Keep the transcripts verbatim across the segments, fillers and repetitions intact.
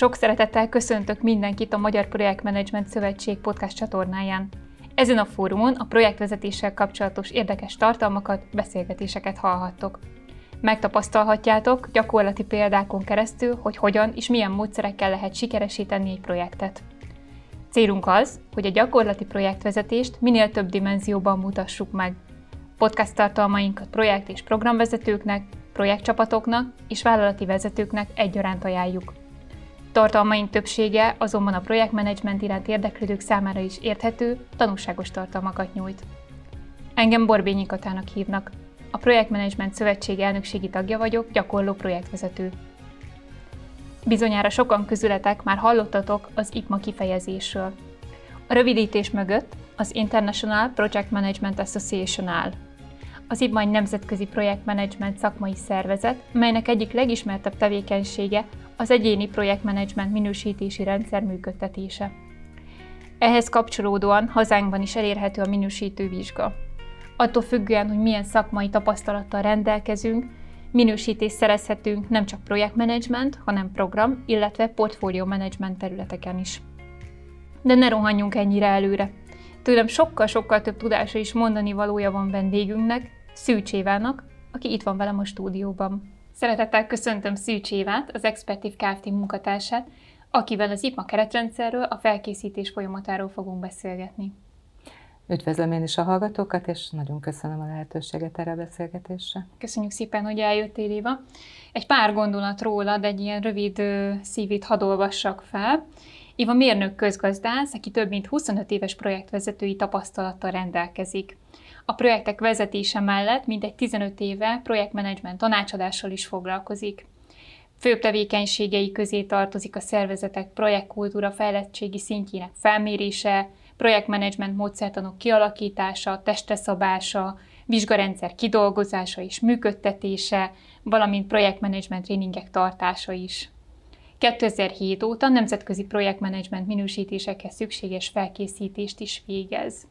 Sok szeretettel köszöntök mindenkit a Magyar Projektmenedzsment Szövetség podcast csatornáján. Ezen a fórumon a projektvezetéssel kapcsolatos érdekes tartalmakat, beszélgetéseket hallhattok. Megtapasztalhatjátok gyakorlati példákon keresztül, hogy hogyan és milyen módszerekkel lehet sikeresíteni egy projektet. Célunk az, hogy a gyakorlati projektvezetést minél több dimenzióban mutassuk meg. Podcast tartalmainkat projekt- és programvezetőknek, projektcsapatoknak és vállalati vezetőknek egyaránt ajánljuk. Tartalmaink többsége azonban a projektmenedzsment iránt érdeklődők számára is érthető, tanulságos tartalmakat nyújt. Engem Borbényi Katának hívnak. A Projektmenedzsment Szövetség elnökségi tagja vagyok, gyakorló projektvezető. Bizonyára sokan közületek már hallottatok az i pé em á kifejezésről. A rövidítés mögött az International Project Management Association áll. Az i pé em á egy nemzetközi projektmenedzsment szakmai szervezet, melynek egyik legismertebb tevékenysége az egyéni projektmenedzsment minősítési rendszer működtetése. Ehhez kapcsolódóan hazánkban is elérhető a minősítő vizsga. Attól függően, hogy milyen szakmai tapasztalattal rendelkezünk, minősítést szerezhetünk nem csak projektmenedzsment, hanem program, illetve portfólió menedzsment területeken is. De ne rohanjunk ennyire előre. Tőlem sokkal-sokkal több tudása is mondani valója van vendégünknek, Szűcs Évának, aki itt van velem a stúdióban. Szeretettel köszöntöm Szűcs Évát, az Expertív Kft. Munkatársát, akivel az i pé em á keretrendszerről, a felkészítés folyamatáról fogunk beszélgetni. Üdvözlöm én is a hallgatókat, és nagyon köszönöm a lehetőséget erre a beszélgetésre. Köszönjük szépen, hogy eljöttél, Éva. Egy pár gondolat rólad, egy ilyen rövid szívét hadd olvassak fel. Éva mérnök közgazdász, aki több mint huszonöt éves projektvezetői tapasztalattal rendelkezik. A projektek vezetése mellett mintegy tizenöt éve projektmenedzsment tanácsadással is foglalkozik. Főbb tevékenységei közé tartozik a szervezetek projektkultúra fejlettségi szintjének felmérése, projektmenedzsment módszertanok kialakítása, testre szabása, vizsgarendszer kidolgozása és működtetése, valamint projektmenedzsment tréningek tartása is. kétezer-hét óta nemzetközi projektmenedzsment minősítésekhez szükséges felkészítést is végez.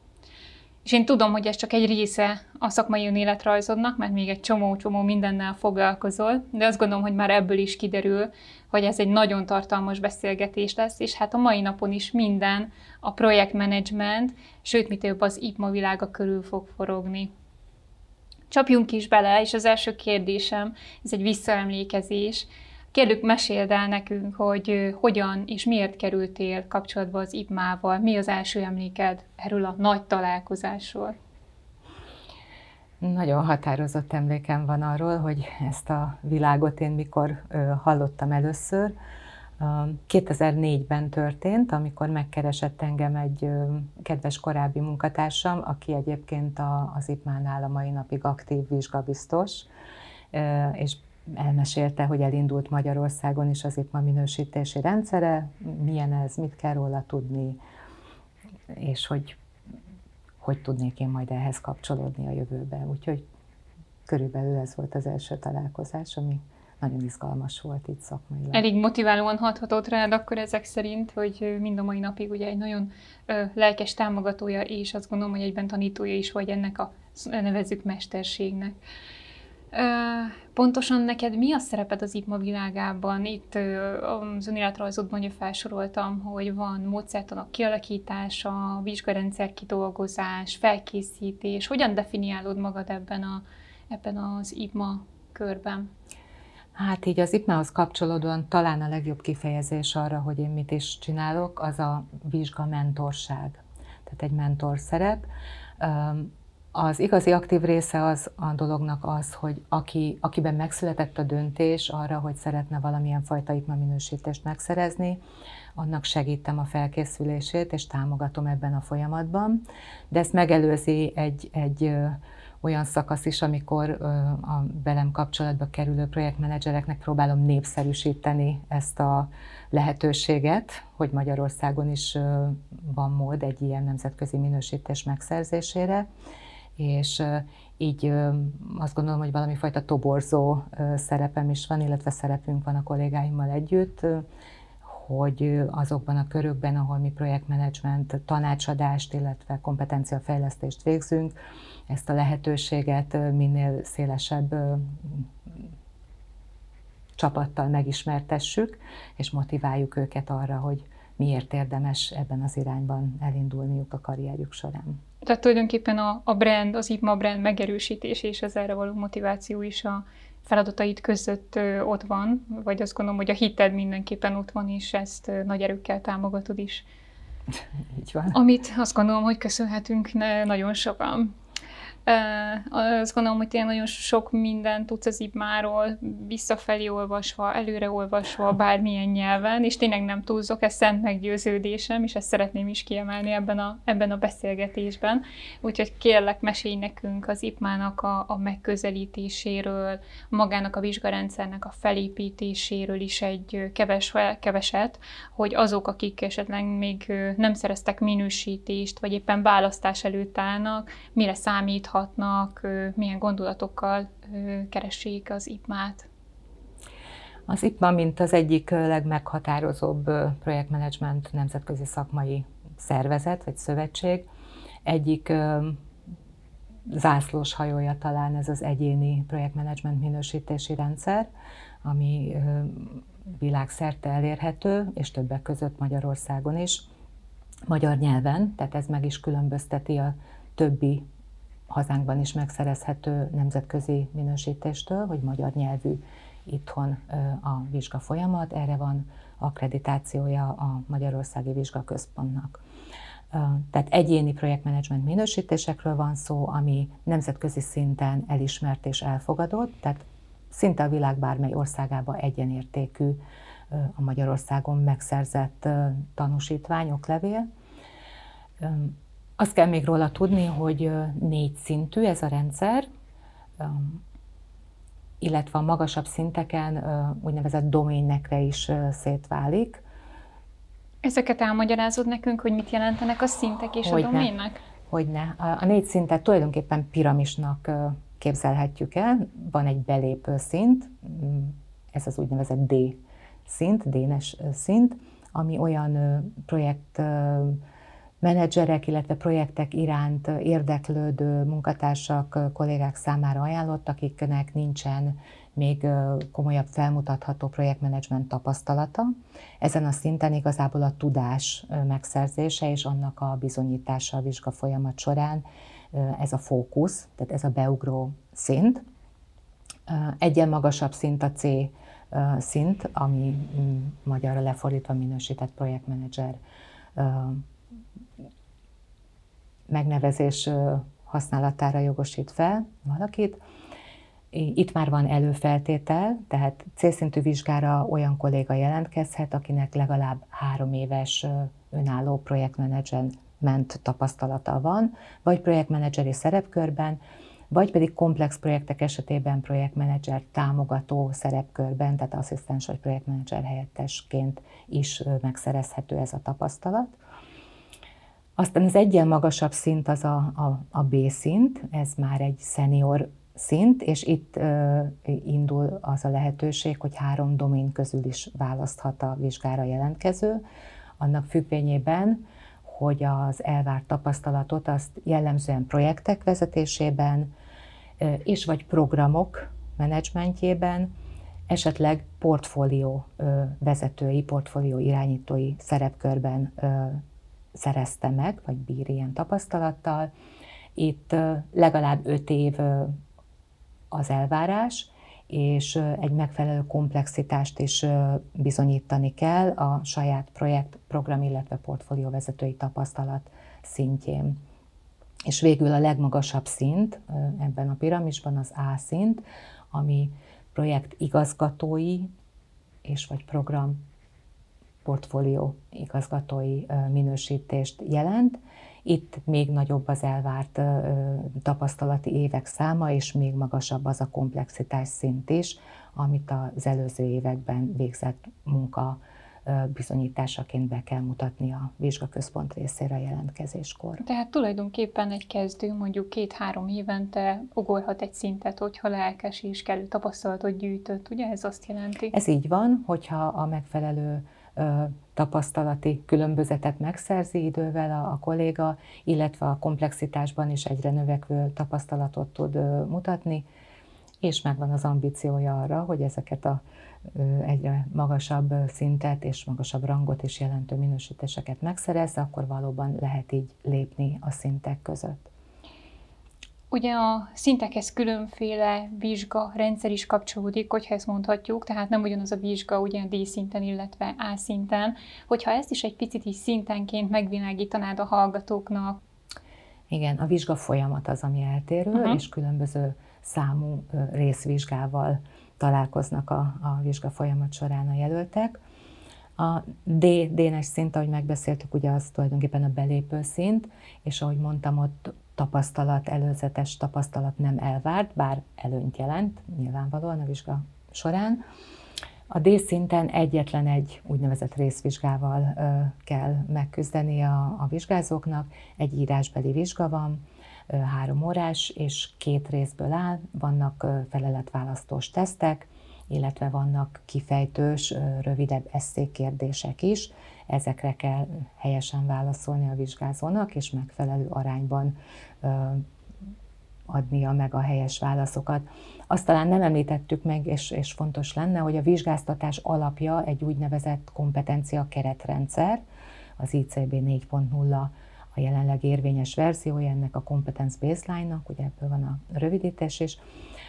És én tudom, hogy ez csak egy része a szakmai önéletrajzodnak, mert még egy csomó-csomó mindennel foglalkozol, de azt gondolom, hogy már ebből is kiderül, hogy ez egy nagyon tartalmas beszélgetés lesz, és hát a mai napon is minden a projektmenedzsment, sőt, mi több az i pé em á világa körül fog forogni. Csapjunk is bele, és az első kérdésem, ez egy visszaemlékezés. Kérlek, meséld el nekünk, hogy hogyan és miért kerültél kapcsolatba az i pé em á-val, mi az első emléked erről a nagy találkozásról? Nagyon határozott emlékem van arról, hogy ezt a világot én mikor hallottam először. kétezer-négyben történt, amikor megkeresett engem egy kedves korábbi munkatársam, aki egyébként az i pé em á-nál a mai napig aktív vizsgabiztos, és elmesélte, hogy elindult Magyarországon is az i pé em á minősítési rendszere, milyen ez, mit kell róla tudni, és hogy hogy tudnék én majd ehhez kapcsolódni a jövőben. Úgyhogy körülbelül ez volt az első találkozás, ami nagyon izgalmas volt itt szakmailag. Elég motiválóan hathatott rád akkor ezek szerint, hogy mind a mai napig ugye egy nagyon ö, lelkes támogatója, és azt gondolom, hogy egyben tanítója is vagy ennek a nevezzük mesterségnek. Pontosan neked mi a szereped az i pé em á világában? Itt az önéletrajzodban ugye felsoroltam, hogy van módszertanok kialakítása, vizsgarendszer kidolgozás, felkészítés. Hogyan definiálod magad ebben, a, ebben az i pé em á körben? Hát így az i pé em á-hoz kapcsolódóan talán a legjobb kifejezés arra, hogy én mit is csinálok, az a vizsgamentorság. Tehát egy mentor szerep. Az igazi aktív része az a dolognak az, hogy aki, akiben megszületett a döntés arra, hogy szeretne valamilyen fajta i pé em á minősítést megszerezni, annak segítem a felkészülését, és támogatom ebben a folyamatban. De ezt megelőzi egy, egy ö, olyan szakasz is, amikor ö, a velem kapcsolatba kerülő projektmenedzsereknek próbálom népszerűsíteni ezt a lehetőséget, hogy Magyarországon is ö, van mód egy ilyen nemzetközi minősítés megszerzésére. És így azt gondolom, hogy valami fajta toborzó szerepem is van, illetve szerepünk van a kollégáimmal együtt, hogy azokban a körökben, ahol mi projektmenedzsment tanácsadást, illetve kompetenciafejlesztést végzünk, ezt a lehetőséget minél szélesebb csapattal megismertessük, és motiváljuk őket arra, hogy miért érdemes ebben az irányban elindulniuk a karrierjük során. Tehát tulajdonképpen a, a brand, az IPMA brand megerősítés és az erre való motiváció is a feladataid között ö, ott van, vagy azt gondolom, hogy a hited mindenképpen ott van, és ezt ö, nagy erőkkel támogatod is. Így van. Amit azt gondolom, hogy köszönhetünk nagyon sokan. Azt gondolom, hogy tényleg nagyon sok mindent tudsz az IPMA-ról visszafelé olvasva, előre olvasva, bármilyen nyelven, és tényleg nem túlzok, ez szent meggyőződésem, és ezt szeretném is kiemelni ebben a, ebben a beszélgetésben. Úgyhogy kérlek, mesélj nekünk az IPMA-nak a, a megközelítéséről, magának a vizsgarendszernek a felépítéséről is egy keves, keveset, hogy azok, akik esetleg még nem szereztek minősítést, vagy éppen választás előtt állnak, mire számíthatnak, milyen gondolatokkal keressék az IPMA-t? Az IPMA, mint az egyik legmeghatározóbb projektmenedzsment nemzetközi szakmai szervezet vagy szövetség, egyik zászlós hajója talán ez az egyéni projektmenedzsment minősítési rendszer, ami világszerte elérhető, és többek között Magyarországon is, magyar nyelven, tehát ez meg is különbözteti a többi hazánkban is megszerezhető nemzetközi minősítéstől, hogy magyar nyelvű itthon a vizsga folyamat, erre van akkreditációja a Magyarországi Vizsgaközpontnak. Tehát egyéni projektmenedzsment minősítésekről van szó, ami nemzetközi szinten elismert és elfogadott, tehát szinte a világ bármely országában egyenértékű a Magyarországon megszerzett tanúsítvány, oklevél. Azt kell még róla tudni, hogy négy szintű ez a rendszer, illetve a magasabb szinteken úgynevezett doménekre is szétválik. Ezeket elmagyarázod nekünk, hogy mit jelentenek a szintek és Hogyne. a domének? Hogyne. A négy szintet tulajdonképpen piramisnak képzelhetjük el. Van egy belépő szint, ez az úgynevezett D szint, D-nes szint, ami olyan projekt menedzserek, illetve projektek iránt érdeklődő munkatársak, kollégák számára ajánlott, akiknek nincsen még komolyabb felmutatható projektmenedzsment tapasztalata. Ezen a szinten igazából a tudás megszerzése és annak a bizonyítása a vizsga folyamat során, ez a fókusz, tehát ez a beugró szint. Egyen magasabb szint a C szint, ami magyarra lefordítva minősített projektmenedzser megnevezés használatára jogosít fel valakit. Itt már van előfeltétel, tehát C-szintű vizsgára olyan kolléga jelentkezhet, akinek legalább három éves önálló projektmenedzsment tapasztalata van, vagy projektmenedzseri szerepkörben, vagy pedig komplex projektek esetében projektmenedzser támogató szerepkörben, tehát asszisztens vagy projektmenedzser helyettesként is megszerezhető ez a tapasztalat. Aztán az egyen magasabb szint az a, a, a B szint, ez már egy senior szint, és itt uh, indul az a lehetőség, hogy három domén közül is választhat a vizsgára jelentkező, annak függvényében, hogy az elvárt tapasztalatot azt jellemzően projektek vezetésében, uh, és vagy programok menedzsmentjében, esetleg portfólió uh, vezetői, portfólió irányítói szerepkörben uh, szerezte meg, vagy bír ilyen tapasztalattal. Itt legalább öt év az elvárás, és egy megfelelő komplexitást is bizonyítani kell a saját projekt, program, illetve portfólió vezetői tapasztalat szintjén. És végül a legmagasabb szint ebben a piramisban az A szint, ami projekt igazgatói és vagy program portfólió igazgatói minősítést jelent. Itt még nagyobb az elvárt tapasztalati évek száma, és még magasabb az a komplexitás szint is, amit az előző években végzett munka bizonyításaként be kell mutatni a vizsgaközpont részére a jelentkezéskor. Tehát tulajdonképpen egy kezdő mondjuk két-három évente ugorhat egy szintet, hogyha lelkes és kellő tapasztalatot gyűjtött, ugye ez azt jelenti? Ez így van, hogyha a megfelelő tapasztalati különbözetet megszerzi idővel a, a kolléga, illetve a komplexitásban is egyre növekvő tapasztalatot tud mutatni, és megvan az ambíciója arra, hogy ezeket a egyre magasabb szintet és magasabb rangot is jelentő minősítéseket megszerezze, akkor valóban lehet így lépni a szintek között. Ugye a szintekhez különféle vizsga rendszer is kapcsolódik, hogyha ezt mondhatjuk, tehát nem ugyanaz a vizsga ugye a D-szinten, illetve A-szinten. Hogyha ezt is egy picit is szintenként megvilágítanád a hallgatóknak. Igen, a vizsga folyamat az, ami eltérő, uh-huh. és különböző számú részvizsgával találkoznak a, a vizsga folyamat során a jelöltek. A D, D-nes szint, ahogy megbeszéltük, ugye az tulajdonképpen a belépő szint, és ahogy mondtam, ott tapasztalat, előzetes tapasztalat nem elvárt, bár előnyt jelent nyilvánvalóan a vizsga során. A D-szinten egyetlen egy úgynevezett részvizsgával ö, kell megküzdeni a, a vizsgázóknak. Egy írásbeli vizsga van, ö, három órás, és két részből áll. Vannak ö, feleletválasztós tesztek, illetve vannak kifejtős, ö, rövidebb esszékérdések is. Ezekre kell helyesen válaszolni a vizsgázónak, és megfelelő arányban ö, adnia meg a helyes válaszokat. Azt talán nem említettük meg, és, és fontos lenne, hogy a vizsgáztatás alapja egy úgynevezett kompetencia keretrendszer, az I C B négy pont nulla a jelenleg érvényes verziója ennek a Competence Baseline-nak, ugye ebből van a rövidítés is.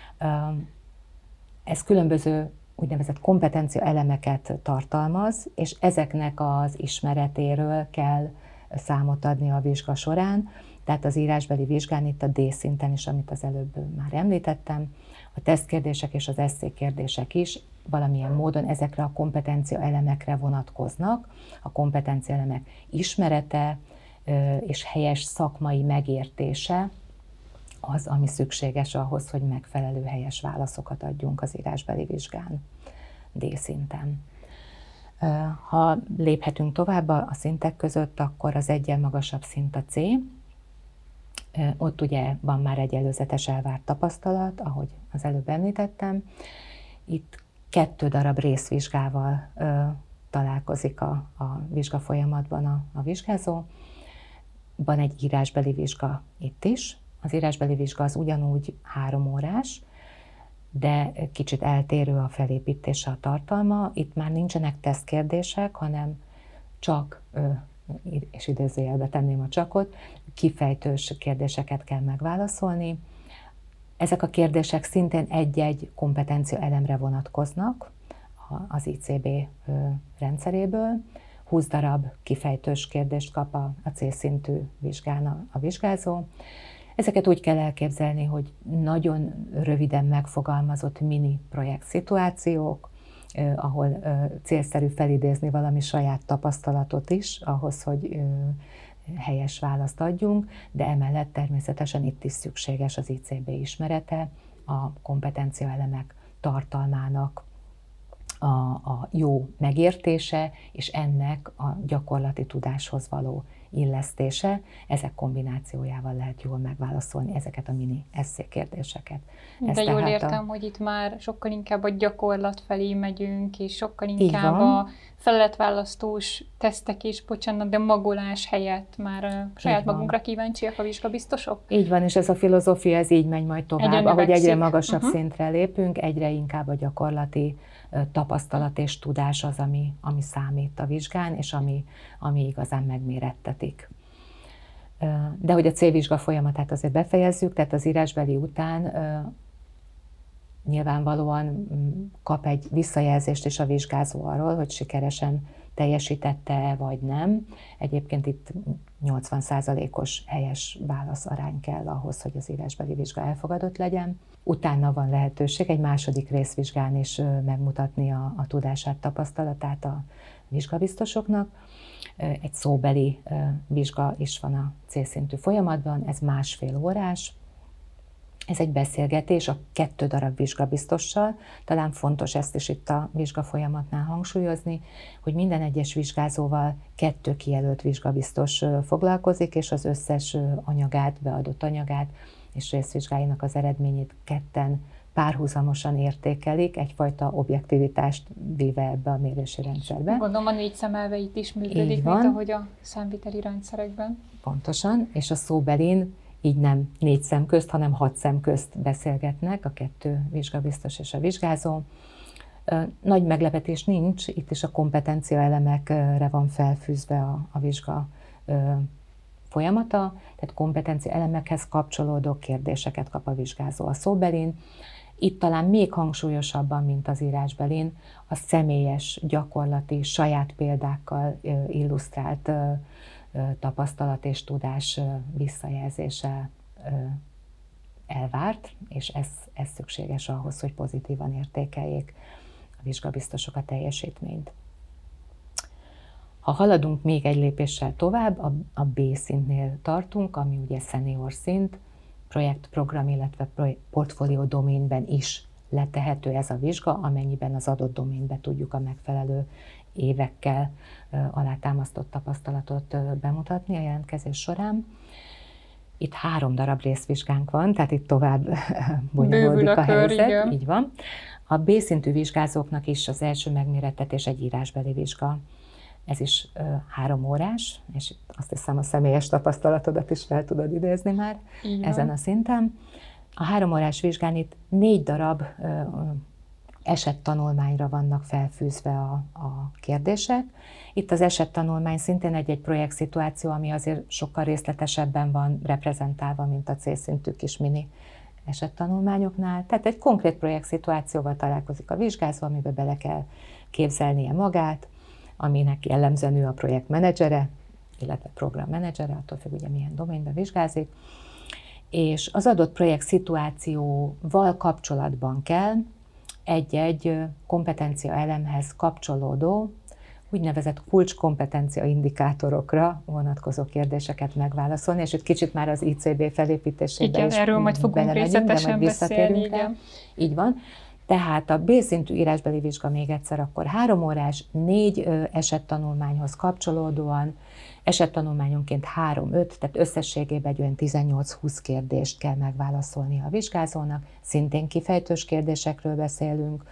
Ez különböző úgynevezett kompetencia elemeket tartalmaz, és ezeknek az ismeretéről kell számot adni a vizsga során. Tehát az írásbeli vizsgán itt a D-szinten is, amit az előbb már említettem, a tesztkérdések és az esszékérdések is valamilyen módon ezekre a kompetencia elemekre vonatkoznak. A kompetencia elemek ismerete és helyes szakmai megértése az, ami szükséges ahhoz, hogy megfelelő helyes válaszokat adjunk az írásbeli vizsgán D-szinten. Ha léphetünk tovább a szintek között, akkor az egyen magasabb szint a C. Ott ugye van már egy előzetes elvárt tapasztalat, ahogy az előbb említettem. Itt kettő darab részvizsgával ö, találkozik a, a vizsga folyamatban a, a vizsgázó. Van egy írásbeli vizsga itt is. Az írásbeli vizsga az ugyanúgy három órás, de kicsit eltérő a felépítése, a tartalma. Itt már nincsenek tesztkérdések, hanem csak, ö, és idézőjelbe tenném a csakot, kifejtős kérdéseket kell megválaszolni. Ezek a kérdések szintén egy-egy kompetencia elemre vonatkoznak az I C B rendszeréből. húsz darab kifejtős kérdést kap a C-szintű vizsgán a vizsgázó. Ezeket úgy kell elképzelni, hogy nagyon röviden megfogalmazott mini projekt szituációk, ahol célszerű felidézni valami saját tapasztalatot is, ahhoz, hogy helyes választ adjunk, de emellett természetesen itt is szükséges az I C B ismerete, a kompetencia elemek tartalmának a, a jó megértése, és ennek a gyakorlati tudáshoz való illesztése. Ezek kombinációjával lehet jól megválaszolni ezeket a mini esszékérdéseket. De Ez jól értem, a... hogy itt már sokkal inkább a gyakorlat felé megyünk, és sokkal inkább a feleletválasztós tesztek és, bocsánat, de magolás helyett már a saját magunkra kíváncsiak a vizsgabiztosok? Így van, és ez a filozófia, ez így megy majd tovább. Egyre ahogy növekszik. egyre magasabb uh-huh. szintre lépünk, egyre inkább a gyakorlati tapasztalat és tudás az, ami, ami számít a vizsgán, és ami, ami igazán megmérettetik. De hogy a C-vizsga folyamatát azért befejezzük, tehát az írásbeli után nyilvánvalóan kap egy visszajelzést is a vizsgázó arról, hogy sikeresen teljesítette vagy nem. Egyébként itt nyolcvan százalékos helyes válaszarány kell ahhoz, hogy az írásbeli vizsga elfogadott legyen. Utána van lehetőség egy második részvizsgán is megmutatni a, a tudását, tapasztalatát a vizsgabiztosoknak. Egy szóbeli vizsga is van a C-szintű folyamatban, ez másfél órás. Ez egy beszélgetés a kettő darab vizsgabiztossal. Talán fontos ezt is itt a vizsga folyamatnál hangsúlyozni, hogy minden egyes vizsgázóval kettő kijelölt vizsgabiztos foglalkozik, és az összes anyagát, beadott anyagát és részvizsgáinak az eredményét ketten párhuzamosan értékelik, egyfajta objektivitást véve ebbe a mérési rendszerbe. Gondolom a négy szemelve itt is működik, mint ahogy a számviteli rendszerekben. Pontosan, és a szóbelin így nem négy szem közt, hanem hat szem közt beszélgetnek, a kettő vizsgabiztos és a vizsgázó. Nagy meglepetés nincs, itt is a kompetencia elemekre van felfűzve a, a vizsga folyamata, tehát kompetencia elemekhez kapcsolódó kérdéseket kap a vizsgázó a szóbelin. Itt talán még hangsúlyosabban, mint az írásbelin, a személyes, gyakorlati, saját példákkal illusztrált tapasztalat és tudás visszajelzése elvárt, és ez, ez szükséges ahhoz, hogy pozitívan értékeljék a vizsgabiztosok a teljesítményt. Ha haladunk még egy lépéssel tovább, a, a B szintnél tartunk, ami ugye senior szint, projektprogram, illetve portfólió doménben is letehető ez a vizsga, amennyiben az adott doménbe tudjuk a megfelelő évekkel alátámasztott tapasztalatot bemutatni a jelentkezés során. Itt három darab részvizsgánk van, tehát itt tovább bonyolódik a, a helyzet. Igen. Így van. A B-szintű vizsgázóknak is az első megmérettetés egy írásbeli vizsga. Ez is ö, három órás, és azt hiszem a személyes tapasztalatodat is fel tudod idézni már igen. ezen a szinten. A három órás vizsgán itt négy darab ö, esettanulmányra vannak felfűzve a, a kérdések. Itt az esettanulmány szintén egy-egy projektszituáció, ami azért sokkal részletesebben van reprezentálva, mint a C-szintű kis mini esettanulmányoknál. Tehát egy konkrét projektszituációval találkozik a vizsgázó, amiben bele kell képzelnie magát, aminek jellemzően ő a projektmenedzsere, illetve programmenedzsere, attól függ, ugye milyen doménben vizsgázik, és az adott projekt szituációval kapcsolatban kell egy-egy kompetencia elemhez kapcsolódó, úgynevezett kulcskompetencia indikátorokra vonatkozó kérdéseket megválaszolni, és itt kicsit már az I C B felépítésébe igen, is erről majd fogunk részletesen beszélni. Igen. Így van. Tehát a B-szintű írásbeli vizsga még egyszer akkor három órás, négy esettanulmányhoz kapcsolódóan, esettanulmányonként három-öt, tehát összességében egy olyan tizennyolc-húsz kérdést kell megválaszolni a vizsgázónak. Szintén kifejtős kérdésekről beszélünk,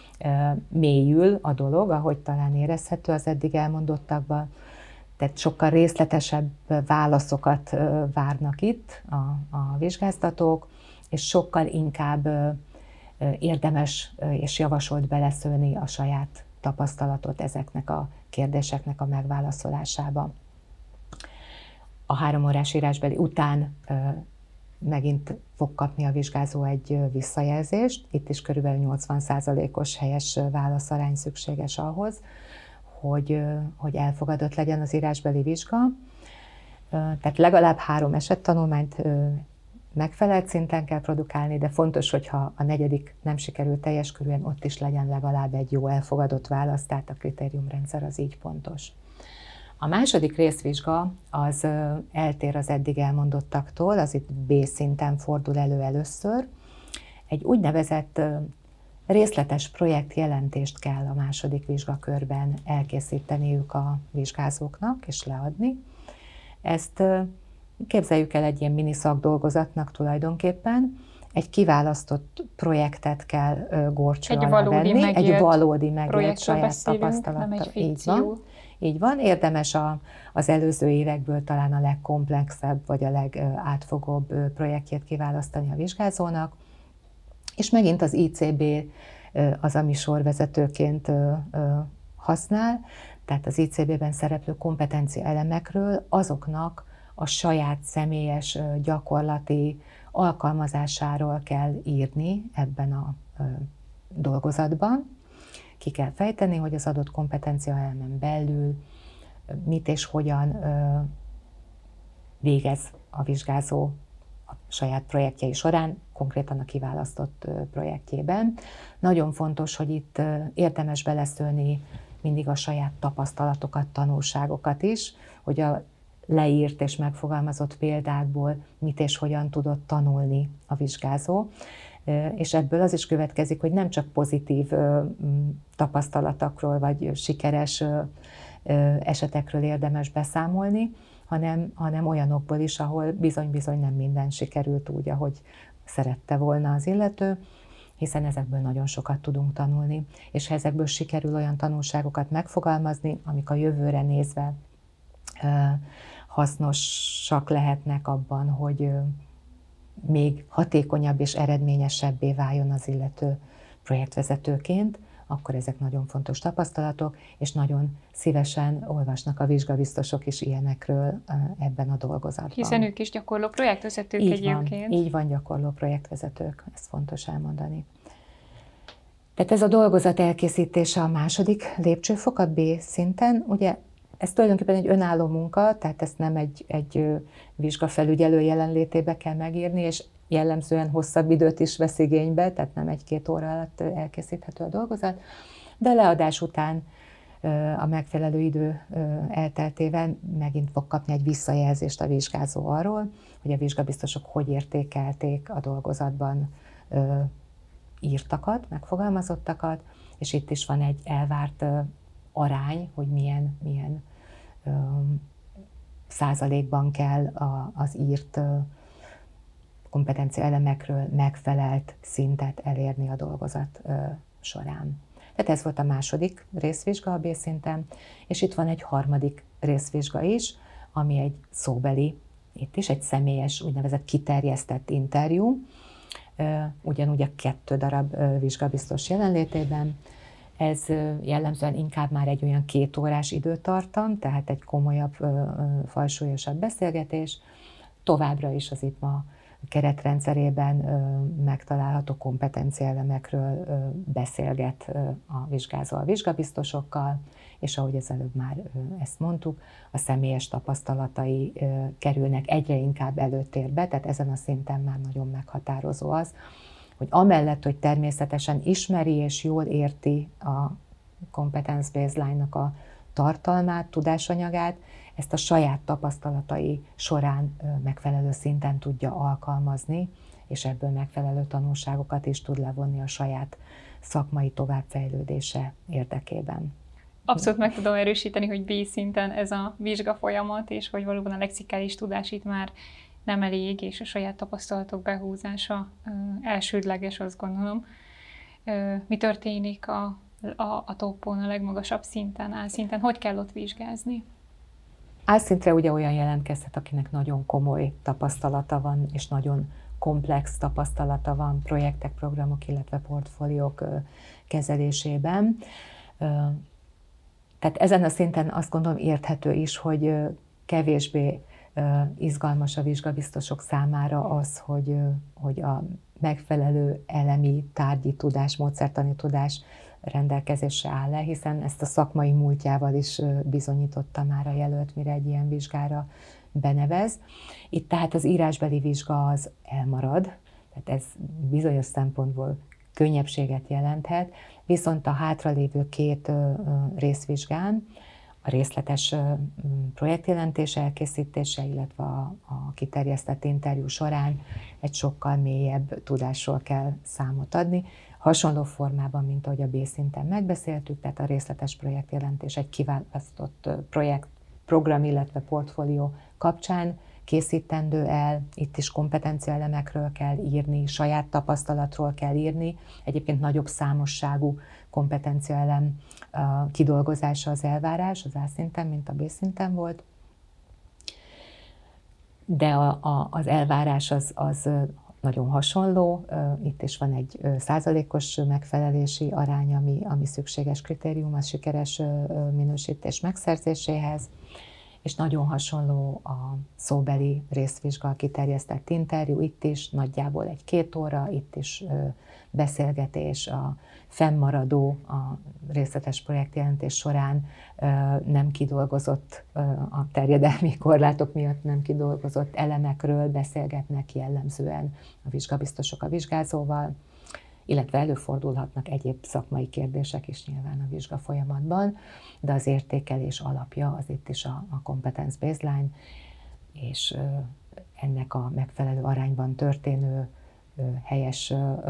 mélyül a dolog, ahogy talán érezhető az eddig elmondottakban, tehát sokkal részletesebb válaszokat várnak itt a, a vizsgáztatók, és sokkal inkább érdemes és javasolt beleszőni a saját tapasztalatot ezeknek a kérdéseknek a megválaszolásába. A három órás írásbeli után megint fog kapni a vizsgázó egy visszajelzést. Itt is körülbelül nyolcvan százalékos helyes válaszarány szükséges ahhoz, hogy, hogy elfogadott legyen az írásbeli vizsga. Tehát legalább három esettanulmányt megfelelt szinten kell produkálni, de fontos, hogyha a negyedik nem sikerült teljes körűen, ott is legyen legalább egy jó elfogadott válasz, tehát a kritériumrendszer az így pontos. A második részvizsga az eltér az eddig elmondottaktól, az itt B szinten fordul elő először. Egy úgynevezett részletes projektjelentést kell a második vizsgakörben elkészíteniük a vizsgázóknak és leadni. Ezt képzeljük el egy ilyen mini szakdolgozatnak tulajdonképpen. Egy kiválasztott projektet kell górcső egy alá valódi venni. Megélt egy valódi megélt saját tapasztalattal. Így van. Így van. Érdemes a, az előző évekből talán a legkomplexebb vagy a legátfogóbb projektjét kiválasztani a vizsgázónak. És megint az I C B az, ami sorvezetőként használ, tehát az I C B-ben szereplő kompetencia elemekről azoknak a saját személyes gyakorlati alkalmazásáról kell írni ebben a dolgozatban. Ki kell fejteni, hogy az adott kompetencia elemen belül mit és hogyan végez a vizsgázó a saját projektjei során, konkrétan a kiválasztott projektjében. Nagyon fontos, hogy itt érdemes beleszőni mindig a saját tapasztalatokat, tanulságokat is, hogy a leírt és megfogalmazott példákból mit és hogyan tudott tanulni a vizsgázó. És ebből az is következik, hogy nem csak pozitív tapasztalatokról vagy sikeres esetekről érdemes beszámolni, hanem, hanem olyanokból is, ahol bizony-bizony nem minden sikerült úgy, ahogy szerette volna az illető, hiszen ezekből nagyon sokat tudunk tanulni. És ha ezekből sikerül olyan tanulságokat megfogalmazni, amik a jövőre nézve hasznosak lehetnek abban, hogy még hatékonyabb és eredményesebbé váljon az illető projektvezetőként, akkor ezek nagyon fontos tapasztalatok, és nagyon szívesen olvasnak a vizsgabiztosok is ilyenekről ebben a dolgozatban. Hiszen ők is gyakorló projektvezetők így egyébként. Van, így van, gyakorló projektvezetők, ezt fontos elmondani. Tehát ez a dolgozat elkészítése a második lépcsőfok, a B szinten. Ugye ez tulajdonképpen egy önálló munka, tehát ezt nem egy, egy vizsgafelügyelő jelenlétébe kell megírni, és jellemzően hosszabb időt is vesz igénybe, tehát nem egy-két óra alatt elkészíthető a dolgozat, de leadás után a megfelelő idő elteltével megint fog kapni egy visszajelzést a vizsgázó arról, hogy a vizsgabiztosok hogy értékelték a dolgozatban írtakat, megfogalmazottakat, és itt is van egy elvárt arány, hogy milyen, milyen százalékban kell az írt kompetencia elemekről megfelelt szintet elérni a dolgozat során. Tehát ez volt a második részvizsga a B szinten, és itt van egy harmadik részvizsga is, ami egy szóbeli, itt is egy személyes, úgynevezett kiterjesztett interjú, ugyanúgy a kettő darab vizsgabiztos jelenlétében. Ez jellemzően inkább már egy olyan két órás időtartam, tehát egy komolyabb, fajsúlyosabb beszélgetés. Továbbra is az I P M A keretrendszerében megtalálható kompetenciaelemekről beszélget a vizsgázó a vizsgabiztosokkal, és ahogy az előbb már ezt mondtuk, a személyes tapasztalatai kerülnek egyre inkább előtérbe, tehát ezen a szinten már nagyon meghatározó az, hogy amellett, hogy természetesen ismeri és jól érti a competence baseline-nak a tartalmát, tudásanyagát, ezt a saját tapasztalatai során megfelelő szinten tudja alkalmazni, és ebből megfelelő tanulságokat is tud levonni a saját szakmai továbbfejlődése érdekében. Abszolút meg tudom erősíteni, hogy B szinten ez a vizsga folyamat, és hogy valóban a lexikális tudás itt már nem elég, és a saját tapasztalatok behúzása ö, elsődleges, azt gondolom. Ö, mi történik a, a, a toppon, a legmagasabb szinten, álszinten? Hogy kell ott vizsgázni? Álszintre ugye olyan jelentkezhet, akinek nagyon komoly tapasztalata van, és nagyon komplex tapasztalata van projektek, programok, illetve portfóliók ö, kezelésében. Ö, tehát ezen a szinten azt gondolom érthető is, hogy ö, kevésbé izgalmas a vizsgabiztosok számára az, hogy, hogy a megfelelő elemi, tárgyi tudás, módszertani tudás rendelkezésre áll le, hiszen ezt a szakmai múltjával is bizonyította már a jelölt, mire egy ilyen vizsgára benevez. Itt tehát az írásbeli vizsga az elmarad, tehát ez bizonyos szempontból könnyebbséget jelenthet, viszont a hátralévő két részvizsgán, a részletes projektjelentés elkészítése, illetve a, a kiterjesztett interjú során egy sokkal mélyebb tudásról kell számot adni. Hasonló formában, mint ahogy a B szinten megbeszéltük, tehát a részletes projektjelentés egy kiválasztott projekt, program, illetve portfólió kapcsán készítendő el, itt is kompetenciaelemekről kell írni, saját tapasztalatról kell írni, egyébként nagyobb számosságú kompetenciaelem kidolgozása az elvárás az A szinten, mint a B szinten volt. De a, a, az elvárás az, az nagyon hasonló, itt is van egy százalékos megfelelési arány, ami, ami szükséges kritérium a sikeres minősítés megszerzéséhez, és nagyon hasonló a szóbeli részvizsga, kiterjesztett interjú, itt is nagyjából egy-két óra, itt is beszélgetés, a fennmaradó, a részletes projektjelentés során nem kidolgozott, a terjedelmi korlátok miatt nem kidolgozott elemekről beszélgetnek jellemzően a vizsgabiztosok a vizsgázóval, illetve előfordulhatnak egyéb szakmai kérdések is nyilván a vizsga folyamatban, de az értékelés alapja az itt is a, a competence baseline, és ennek a megfelelő arányban történő helyes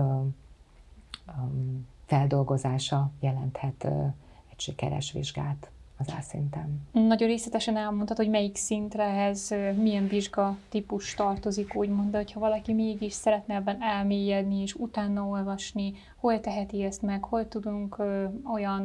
feldolgozása jelenthet egy sikeres vizsgát az A szinten. Nagyon részletesen elmondtad, hogy melyik szintre ez milyen vizsga típus tartozik, úgymond, de hogyha valaki mégis szeretne ebben elmélyedni és utána olvasni, hol teheti ezt meg, hol tudunk ö, olyan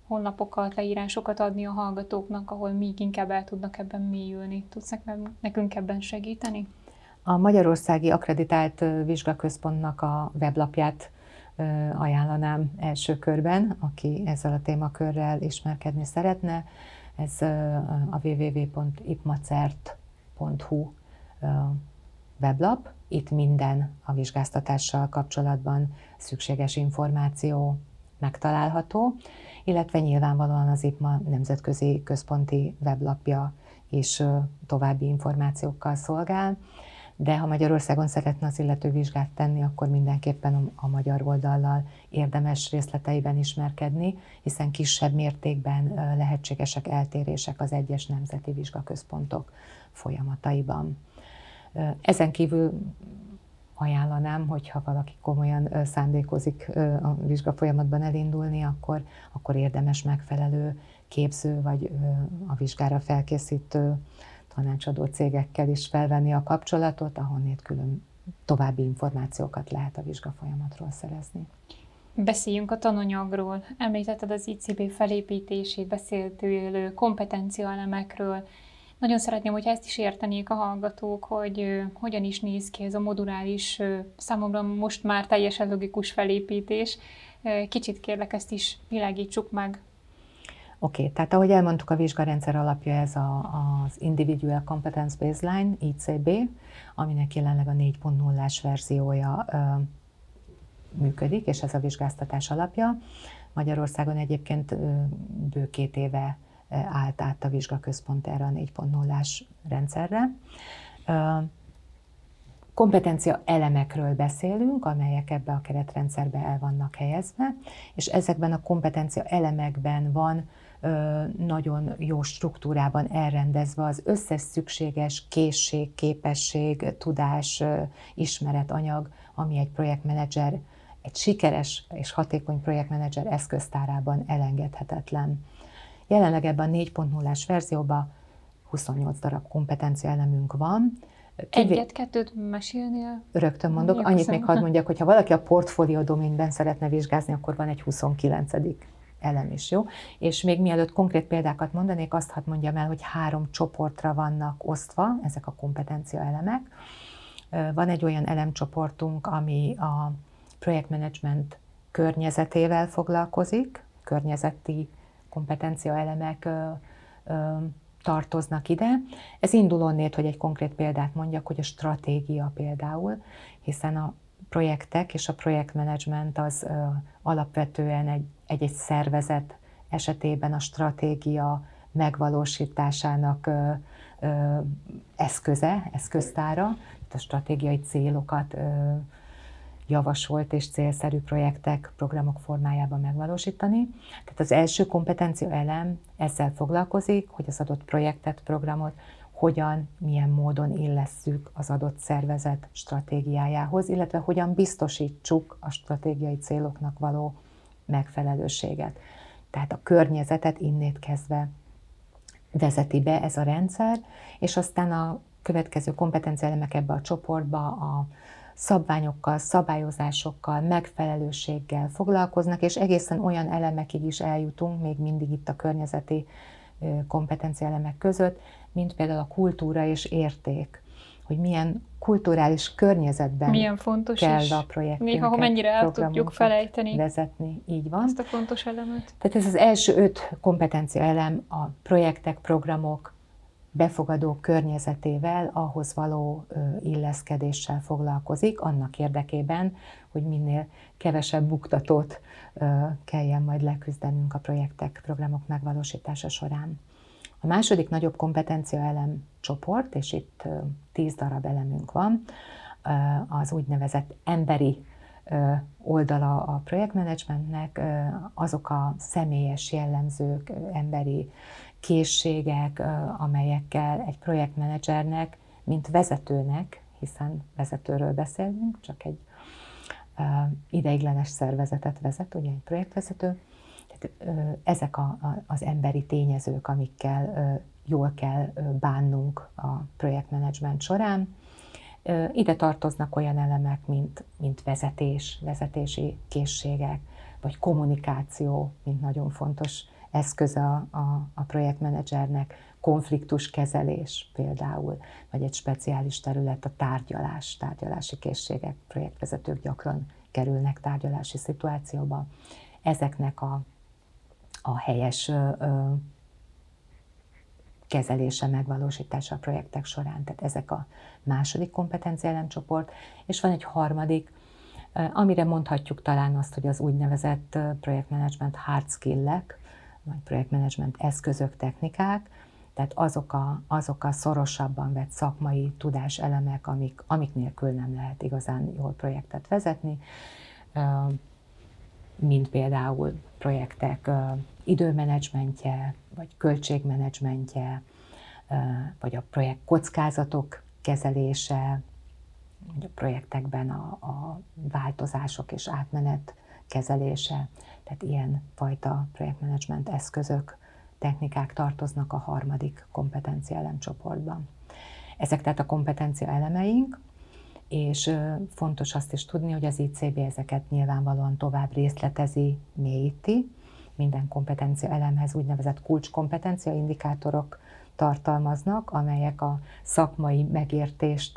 honlapokat, leírásokat adni a hallgatóknak, ahol még inkább el tudnak ebben mélyülni. Tudsz nekünk ebben segíteni? A Magyarországi Akkreditált Vizsgaközpontnak a weblapját ajánlanám első körben, aki ezzel a témakörrel ismerkedni szeretne. Ez a double-u double-u double-u pont ipmacert pont hu weblap. Itt minden a vizsgáztatással kapcsolatban szükséges információ megtalálható, illetve nyilvánvalóan az i pé em á nemzetközi központi weblapja is további információkkal szolgál, de ha Magyarországon szeretne az illető vizsgát tenni, akkor mindenképpen a magyar oldallal érdemes részleteiben ismerkedni, hiszen kisebb mértékben lehetségesek eltérések az egyes nemzeti vizsgaközpontok folyamataiban. Ezen kívül ajánlanám, hogyha valaki komolyan szándékozik a vizsgafolyamatban elindulni, akkor, akkor érdemes megfelelő képző vagy a vizsgára felkészítő tanácsadó cégekkel is felvenni a kapcsolatot, ahonnét külön további információkat lehet a vizsgafolyamatról szerezni. Beszéljünk a tananyagról. Említetted az i cé bé felépítését, beszéltél kompetenciaelemekről. Nagyon szeretném, hogyha ezt is értenék a hallgatók, hogy uh, hogyan is néz ki ez a moduláris, uh, számomra most már teljesen logikus felépítés. Uh, kicsit kérlek, ezt is világítsuk meg. Oké, okay, tehát ahogy elmondtuk, a vizsgarendszer alapja ez a, az Individual Competence Baseline, i cé bé, aminek jelenleg a négy pont nullás verziója ö, működik, és ez a vizsgáztatás alapja. Magyarországon egyébként ö, bő két éve állt át a vizsgaközpont erre a négy pont nullás rendszerre. Kompetencia elemekről beszélünk, amelyek ebbe a keretrendszerbe el vannak helyezve, és ezekben a kompetencia elemekben van nagyon jó struktúrában elrendezve az összes szükséges készség, képesség, tudás, ismeretanyag, ami egy projektmenedzser, egy sikeres és hatékony projektmenedzser eszköztárában elengedhetetlen. Jelenleg ebben a négy pont nullás verzióban huszonnyolc darab kompetencia elemünk van. Egyet-kettőt mesélnél? Rögtön mondok. Jó, annyit köszönöm. Még hadd mondjak, hogy ha valaki a portfólió doménben szeretne vizsgázni, akkor van egy huszonkilencedik elem is, jó? És még mielőtt konkrét példákat mondanék, azt hadd mondjam el, hogy három csoportra vannak osztva ezek a kompetencia elemek. Van egy olyan elemcsoportunk, ami a projektmenedzsment környezetével foglalkozik, környezeti kompetencia elemek ö, ö, tartoznak ide. Ez indul onnét, hogy egy konkrét példát mondjak, hogy a stratégia például, hiszen a projektek és a projektmenedzsment az ö, alapvetően egy, egy-egy szervezet esetében a stratégia megvalósításának ö, ö, eszköze, eszköztára, a stratégiai célokat ö, javasolt és célszerű projektek, programok formájában megvalósítani. Tehát az első kompetencia elem ezzel foglalkozik, hogy az adott projektet, programot hogyan, milyen módon illesszük az adott szervezet stratégiájához, illetve hogyan biztosítsuk a stratégiai céloknak való megfelelőséget. Tehát a környezetet innét kezdve vezeti be ez a rendszer, és aztán a következő kompetencia elemek ebbe a csoportba a szabványokkal, szabályozásokkal, megfelelőséggel foglalkoznak, és egészen olyan elemekig is eljutunk, még mindig itt a környezeti kompetencia elemek között, mint például a kultúra és érték, hogy milyen kulturális környezetben milyen fontos kell is. a projektünket, még ha mennyire el tudjuk felejteni vezetni. Így van. Ezt a fontos elemet. Tehát ez az első öt kompetencia elem a projektek, programok befogadó környezetével, ahhoz való illeszkedéssel foglalkozik, annak érdekében, hogy minél kevesebb buktatót kelljen majd leküzdenünk a projektek, programok megvalósítása során. A második nagyobb kompetencia elem csoport, és itt tíz darab elemünk van, az úgynevezett emberi oldala a projektmenedzsmentnek, azok a személyes jellemzők, emberi készségek, amelyekkel egy projektmenedzsernek, mint vezetőnek, hiszen vezetőről beszélünk, csak egy ideiglenes szervezetet vezet, ugye egy projektvezető, tehát ezek a, az emberi tényezők, amikkel jól kell bánnunk a projektmenedzsment során. Ide tartoznak olyan elemek, mint, mint vezetés, vezetési készségek, vagy kommunikáció, mint nagyon fontos eszköze a, a, a projektmenedzsernek, konfliktuskezelés például, vagy egy speciális terület a tárgyalás, tárgyalási készségek, projektvezetők gyakran kerülnek tárgyalási szituációba. Ezeknek a, a helyes ö, ö, kezelése, megvalósítása a projektek során. Tehát ezek a második kompetencia elemcsoport, és van egy harmadik, amire mondhatjuk talán azt, hogy az úgynevezett projektmenedzsment hard skill-ek, vagy projektmenedzsment eszközök, technikák, tehát azok a, azok a szorosabban vett szakmai tudáselemek, amik, amik nélkül nem lehet igazán jól projektet vezetni, mint például projektek időmenedzsmentje, vagy költségmenedzsmentje, vagy a projekt kockázatok kezelése, vagy a projektekben a, a változások és átmenet kezelése. Tehát ilyen fajta projektmenedzsment eszközök, technikák tartoznak a harmadik kompetencia elemcsoportban. Ezek tehát a kompetencia elemeink, és fontos azt is tudni, hogy az i cé bé ezeket nyilvánvalóan tovább részletezi, mélyíti. Minden kompetencia elemhez úgynevezett kulcskompetencia indikátorok tartalmaznak, amelyek a szakmai megértést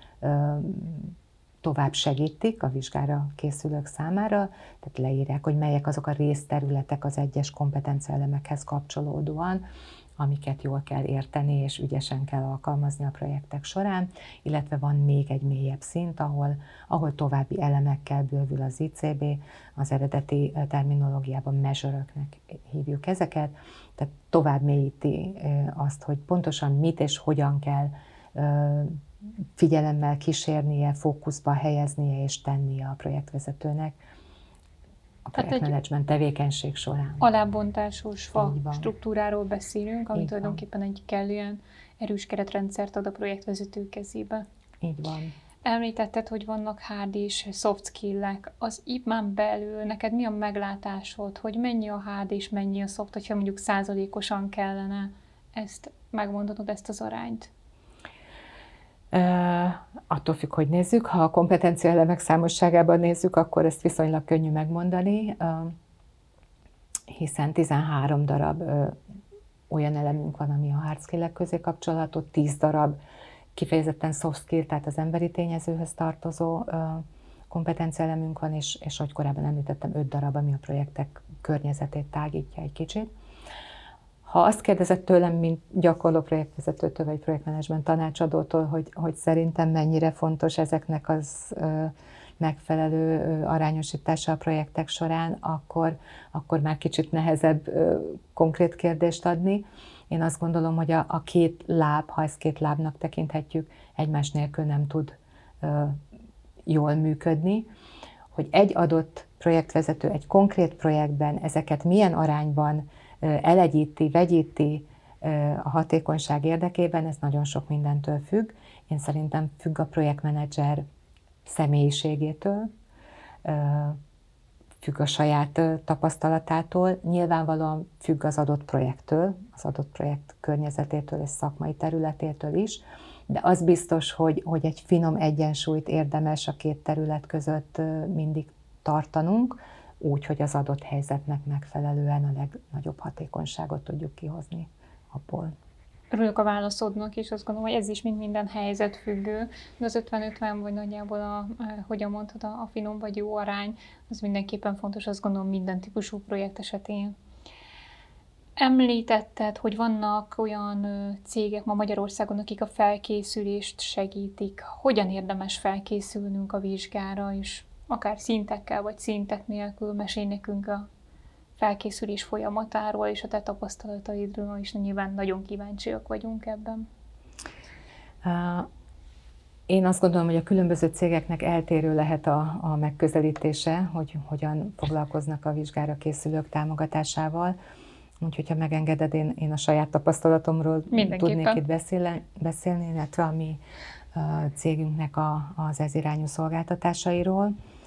tovább segítik a vizsgára készülők számára, tehát leírják, hogy melyek azok a részterületek az egyes kompetencia elemekhez kapcsolódóan, amiket jól kell érteni és ügyesen kell alkalmazni a projektek során, illetve van még egy mélyebb szint, ahol, ahol további elemekkel bővül az i cé bé, az eredeti terminológiában measure-öknek hívjuk ezeket, tehát tovább mélyíti azt, hogy pontosan mit és hogyan kell figyelemmel kísérnie, fókuszba helyeznie és tennie a projektvezetőnek a projektmenedzsment tevékenység során. Alábontásos fa struktúráról beszélünk, ami Így tulajdonképpen van. Egy kellően erős keretrendszert ad a projektvezető kezébe. Így van. Említetted, hogy vannak hard és soft skill-ek. Az i pé em-en belül neked mi a meglátásod, hogy mennyi a hard és mennyi a soft, hogyha mondjuk százalékosan kellene ezt megmondanod, ezt az arányt? Uh, attól függ, hogy nézzük. Ha a kompetencia elemek számosságában nézzük, akkor ezt viszonylag könnyű megmondani, uh, hiszen tizenhárom darab uh, olyan elemünk van, ami a hard skill-ek közé kapcsolható, tíz darab kifejezetten soft skill, tehát az emberi tényezőhöz tartozó uh, kompetencia elemünk van, és, és ahogy korábban említettem, öt darab, ami a projektek környezetét tágítja egy kicsit. Ha azt kérdezett tőlem, mint gyakorló projektvezetőtől vagy projektmenedzsment tanácsadótól, hogy, hogy szerintem mennyire fontos ezeknek az ö, megfelelő ö, arányosítása a projektek során, akkor, akkor már kicsit nehezebb ö, konkrét kérdést adni. Én azt gondolom, hogy a, a két láb, ha ezt két lábnak tekinthetjük, egymás nélkül nem tud ö, jól működni. Hogy egy adott projektvezető egy konkrét projektben ezeket milyen arányban elegyíti, vegyíti a hatékonyság érdekében, ez nagyon sok mindentől függ. Én szerintem függ a projektmenedzser személyiségétől, függ a saját tapasztalatától, nyilvánvalóan függ az adott projektől, az adott projekt környezetétől és szakmai területétől is, de az biztos, hogy, hogy egy finom egyensúlyt érdemes a két terület között mindig tartanunk, úgy, hogy az adott helyzetnek megfelelően a legnagyobb hatékonyságot tudjuk kihozni abból. Örülök a válaszodnak, és azt gondolom, hogy ez is mind minden helyzet függő, de az ötven-ötven vagy nagyjából, a, hogyan mondtad, a finom vagy jó arány, az mindenképpen fontos, azt gondolom minden típusú projekt esetén. Említetted, hogy vannak olyan cégek ma Magyarországon, akik a felkészülést segítik. Hogyan érdemes felkészülnünk a vizsgára, és akár szintekkel vagy szintek nélkül mesélj nekünk a felkészülés folyamatáról és a te tapasztalataidról, és nyilván nagyon kíváncsiak vagyunk ebben. Én azt gondolom, hogy a különböző cégeknek eltérő lehet a, a megközelítése, hogy hogyan foglalkoznak a vizsgára készülők támogatásával. Úgyhogy, ha megengeded, én, én a saját tapasztalatomról tudnék itt beszélni, beszélni, illetve a mi a cégünknek a, az ez irányú szolgáltatásairól.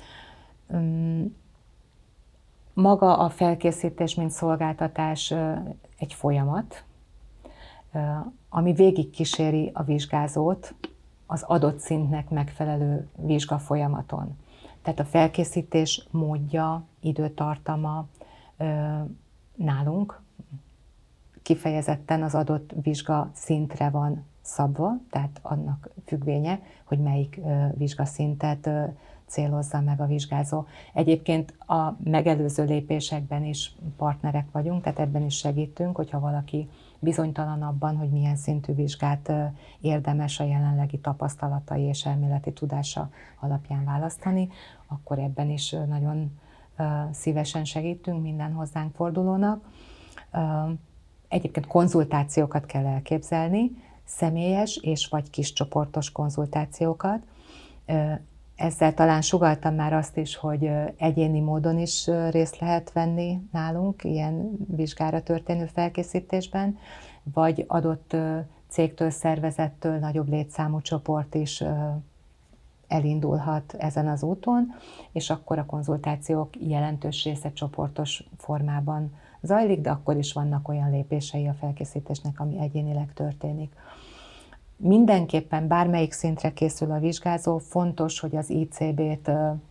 Maga a felkészítés, mint szolgáltatás egy folyamat, ami végigkíséri a vizsgázót az adott szintnek megfelelő vizsgafolyamaton. Tehát a felkészítés módja, időtartama nálunk, kifejezetten az adott vizsga szintre van szabva, tehát annak függvénye, hogy melyik vizsgaszintet célozza meg a vizsgázó. Egyébként a megelőző lépésekben is partnerek vagyunk, tehát ebben is segítünk, hogyha valaki bizonytalan abban, hogy milyen szintű vizsgát érdemes a jelenlegi tapasztalatai és elméleti tudása alapján választani, akkor ebben is nagyon szívesen segítünk minden hozzánk fordulónak. Egyébként konzultációkat kell elképzelni, személyes és vagy kiscsoportos konzultációkat. Ezzel talán sugalltam már azt is, hogy egyéni módon is részt lehet venni nálunk ilyen vizsgára történő felkészítésben, vagy adott cégtől, szervezettől nagyobb létszámú csoport is elindulhat ezen az úton, és akkor a konzultációk jelentős része csoportos formában zajlik, de akkor is vannak olyan lépései a felkészítésnek, ami egyénileg történik. Mindenképpen bármelyik szintre készül a vizsgázó, fontos, hogy az i cé bé-t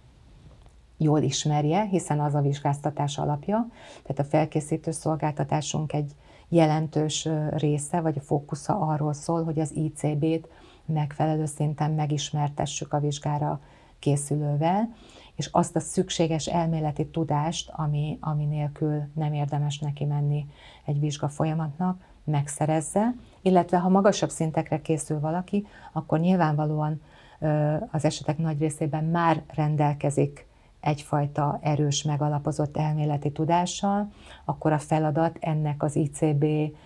jól ismerje, hiszen az a vizsgáztatás alapja. Tehát a felkészítő szolgáltatásunk egy jelentős része, vagy a fókusza arról szól, hogy az i cé bé-t megfelelő szinten megismertessük a vizsgára készülővel, és azt a szükséges elméleti tudást, ami, ami nélkül nem érdemes neki menni egy vizsga folyamatnak, megszerezze, illetve ha magasabb szintekre készül valaki, akkor nyilvánvalóan az esetek nagy részében már rendelkezik egyfajta erős, megalapozott elméleti tudással, akkor a feladat ennek az i cé bé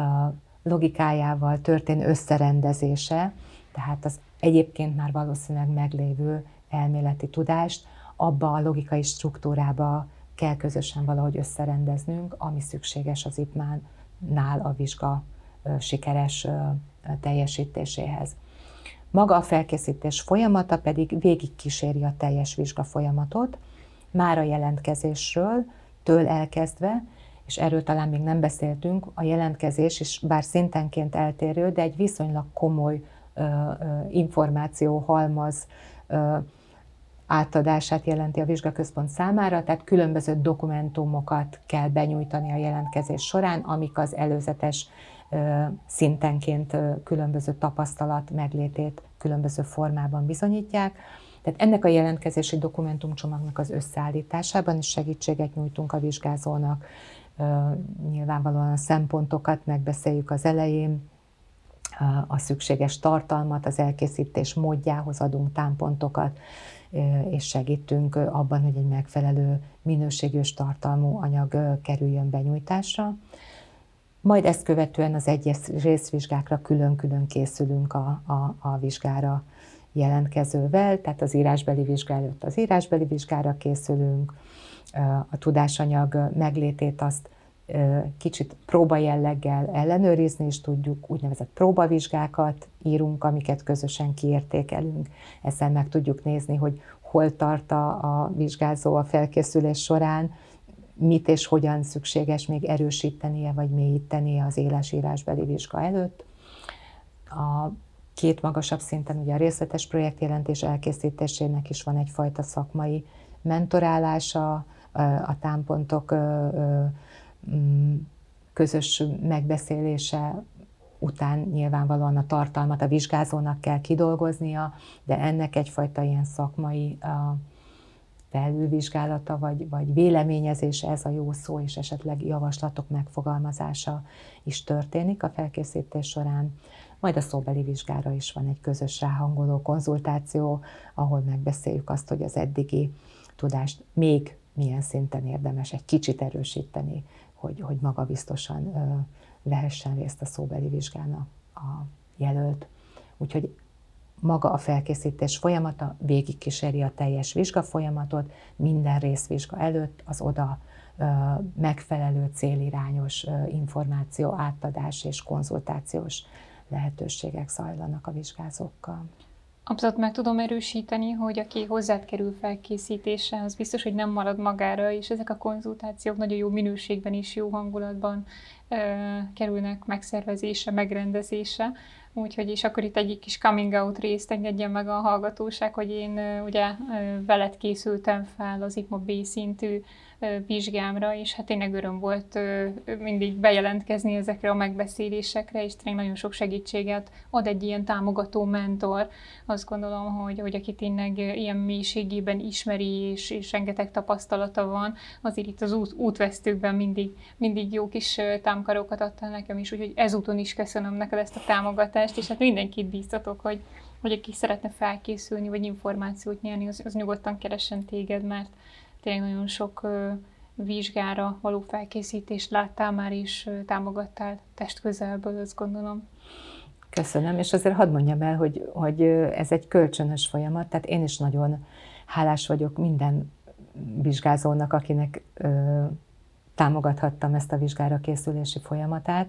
logikájával történő összerendezése, tehát az egyébként már valószínűleg meglévő elméleti tudást abba a logikai struktúrába kell közösen valahogy összerendeznünk, ami szükséges az i pé mánál a vizsga sikeres teljesítéséhez. Maga a felkészítés folyamata pedig végigkíséri a teljes vizsga folyamatot, már a jelentkezésről, től elkezdve, és erről talán még nem beszéltünk, a jelentkezés is bár szintenként eltérő, de egy viszonylag komoly ö, ö, információhalmaz ö, átadását jelenti a vizsgaközpont számára, tehát különböző dokumentumokat kell benyújtani a jelentkezés során, amik az előzetes ö, szintenként ö, különböző tapasztalat meglétét különböző formában bizonyítják. Tehát ennek a jelentkezési dokumentumcsomagnak az összeállításában is segítséget nyújtunk a vizsgázónak. Nyilvánvalóan a szempontokat megbeszéljük az elején, a szükséges tartalmat, az elkészítés módjához adunk támpontokat, és segítünk abban, hogy egy megfelelő minőségű és tartalmú anyag kerüljön benyújtásra. Majd ezt követően az egyes részvizsgákra külön-külön készülünk a, a, a vizsgára jelentkezővel, tehát az írásbeli vizsga előtt az írásbeli vizsgára készülünk, a tudásanyag meglétét azt kicsit próbajelleggel ellenőrizni is tudjuk, úgynevezett próbavizsgákat írunk, amiket közösen kiértékelünk. Ezzel meg tudjuk nézni, hogy hol tart a vizsgázó a felkészülés során, mit és hogyan szükséges még erősítenie vagy mélyítenie az éles írásbeli vizsga előtt. A két magasabb szinten ugye a részletes projektjelentés elkészítésének is van egyfajta szakmai mentorálása, a támpontok közös megbeszélése után nyilvánvalóan a tartalmat a vizsgázónak kell kidolgoznia, de ennek egyfajta ilyen szakmai felülvizsgálata vagy, vagy véleményezése, ez a jó szó, és esetleg javaslatok megfogalmazása is történik a felkészítés során. Majd a szóbeli vizsgára is van egy közös ráhangoló konzultáció, ahol megbeszéljük azt, hogy az eddigi tudást még milyen szinten érdemes egy kicsit erősíteni, hogy, hogy magabiztosan ö, vehessen részt a szóbeli vizsgán a jelölt. Úgyhogy maga a felkészítés folyamata végigkíséri a teljes vizsga folyamatot, minden részvizsga előtt az oda ö, megfelelő célirányos ö, információ átadás és konzultációs lehetőségek zajlanak a vizsgázókkal. Abszolút meg tudom erősíteni, hogy aki hozzád kerül felkészítésre, az biztos, hogy nem marad magára, és ezek a konzultációk nagyon jó minőségben és jó hangulatban ö, kerülnek megszervezésre, megrendezésre. Úgyhogy és akkor itt egy kis coming out részt engedjen meg a hallgatóság, hogy én ö, ugye ö, veled készültem fel az i pé em á B szintű vizsgámra, és hát tényleg öröm volt mindig bejelentkezni ezekre a megbeszélésekre, és tényleg nagyon sok segítséget ad egy ilyen támogató mentor. Azt gondolom, hogy, hogy aki tényleg ilyen mélységében ismeri, és, és rengeteg tapasztalata van, azért itt az út, útvesztőkben mindig, mindig jó kis támkarokat adtál nekem is, úgyhogy ezúton is köszönöm neked ezt a támogatást, és hát mindenkit bíztatok, hogy, hogy aki szeretne felkészülni, vagy információt nyerni, az, az nyugodtan keressen téged, mert tényleg nagyon sok ö, vizsgára való felkészítést láttál már, és ö, támogattál testközelből, azt gondolom. Köszönöm, és azért hadd mondjam el, hogy, hogy ez egy kölcsönös folyamat, tehát én is nagyon hálás vagyok minden vizsgázónak, akinek ö, támogathattam ezt a vizsgára készülési folyamatát.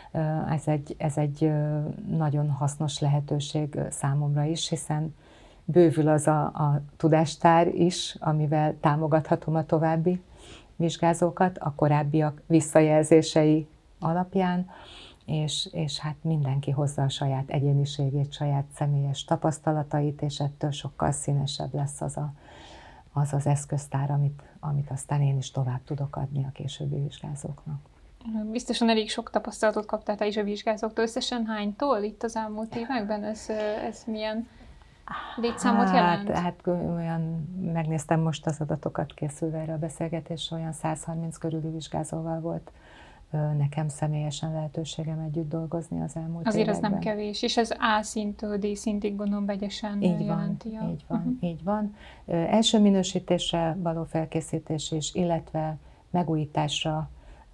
Ez egy, ez egy nagyon hasznos lehetőség számomra is, hiszen bővül az a, a tudástár is, amivel támogathatom a további vizsgázókat, a korábbiak visszajelzései alapján, és, és hát mindenki hozza a saját egyéniségét, saját személyes tapasztalatait, és ettől sokkal színesebb lesz az a, az, az eszköztár, amit, amit aztán én is tovább tudok adni a későbbi vizsgázóknak. Biztosan elég sok tapasztalatot kaptál te is a vizsgázóktól. Összesen hánytól itt az elmúlt években? Ez, ez milyen létszámot jelent? Hát, hát olyan, megnéztem most az adatokat készülve erre a beszélgetésre, olyan száz harminc körüli vizsgázóval volt nekem személyesen lehetőségem együtt dolgozni az elmúlt Azért években. Ez nem kevés, és ez A szinttől D szintig gondolom vegyesen így jelenti. Van, a... így van, uh-huh. így van. Első minősítésre való felkészítés is, illetve megújításra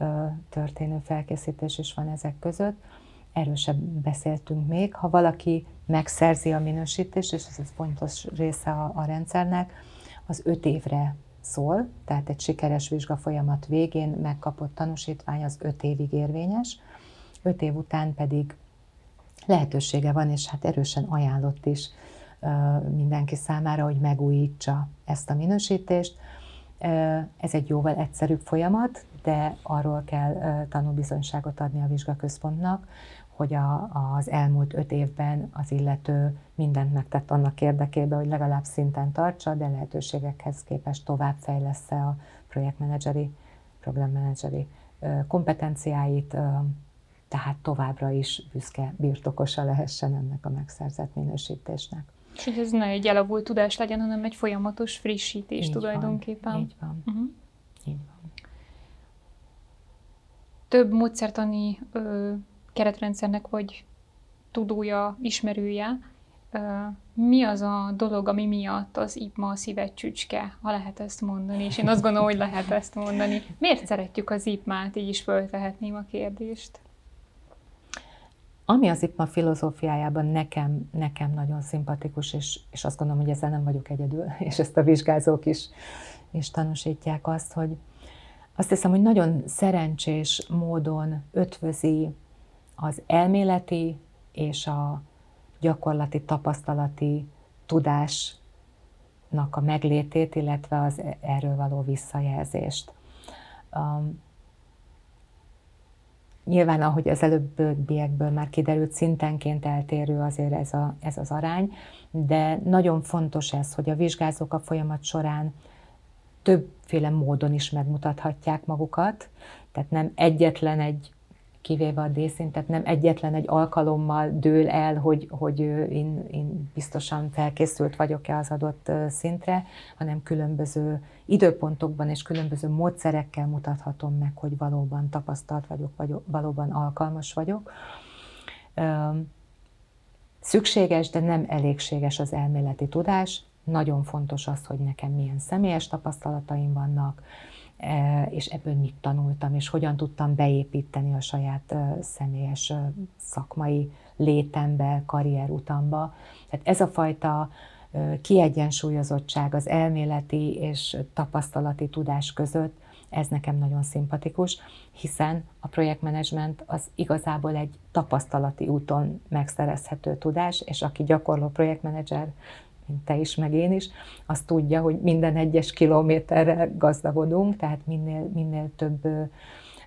történő felkészítés is van ezek között. Erről sem beszéltünk még. Ha valaki megszerzi a minősítést, és ez fontos része a, a rendszernek, az öt évre szól, tehát egy sikeres vizsgafolyamat végén megkapott tanúsítvány az öt évig érvényes, öt év után pedig lehetősége van, és hát erősen ajánlott is mindenki számára, hogy megújítsa ezt a minősítést. Ez egy jóval egyszerűbb folyamat, de arról kell tanúbizonyságot adni a vizsgaközpontnak, hogy a, az elmúlt öt évben az illető mindent megtett annak érdekében, hogy legalább szinten tartsa, de lehetőségekhez képest továbbfejlessze a projektmenedzseri, programmenedzseri kompetenciáit, tehát továbbra is büszke birtokosa lehessen ennek a megszerzett minősítésnek. És hogy ez ne egy elavult tudás legyen, hanem egy folyamatos frissítés így tulajdonképpen. Van, így van. Uh-huh. Így van. Több módszertani ö, keretrendszernek vagy tudója, ismerője. Ö, mi az a dolog, ami miatt az I P M A a szíved csücske, ha lehet ezt mondani? És én azt gondolom, hogy lehet ezt mondani. Miért szeretjük az I P M A-t? Így is föltehetném a kérdést. Ami az I P M A filozófiájában nekem, nekem nagyon szimpatikus, és, és azt gondolom, hogy ezzel nem vagyok egyedül, és ezt a vizsgázók is, is tanúsítják azt, hogy azt hiszem, hogy nagyon szerencsés módon ötvözi az elméleti és a gyakorlati tapasztalati tudásnak a meglétét, illetve az erről való visszajelzést. Um, Nyilván, ahogy az előbbiekből már kiderült, szintenként eltérő azért ez, a, ez az arány, de nagyon fontos ez, hogy a vizsgázók a folyamat során többféle módon is megmutathatják magukat, tehát nem egyetlen egy, kivéve a D-szintet, nem egyetlen egy alkalommal dől el, hogy, hogy én, én biztosan felkészült vagyok-e az adott szintre, hanem különböző időpontokban és különböző módszerekkel mutathatom meg, hogy valóban tapasztalt vagyok, vagy valóban alkalmas vagyok. Szükséges, de nem elégséges az elméleti tudás. Nagyon fontos az, hogy nekem milyen személyes tapasztalataim vannak, és ebből mit tanultam, és hogyan tudtam beépíteni a saját személyes szakmai létembe, karrierutamba. Tehát ez a fajta kiegyensúlyozottság az elméleti és tapasztalati tudás között, ez nekem nagyon szimpatikus, hiszen a projektmenedzsment az igazából egy tapasztalati úton megszerezhető tudás, és aki gyakorló projektmenedzser, mint te is, meg én is, az tudja, hogy minden egyes kilométerre gazdagodunk, tehát minél, minél több uh,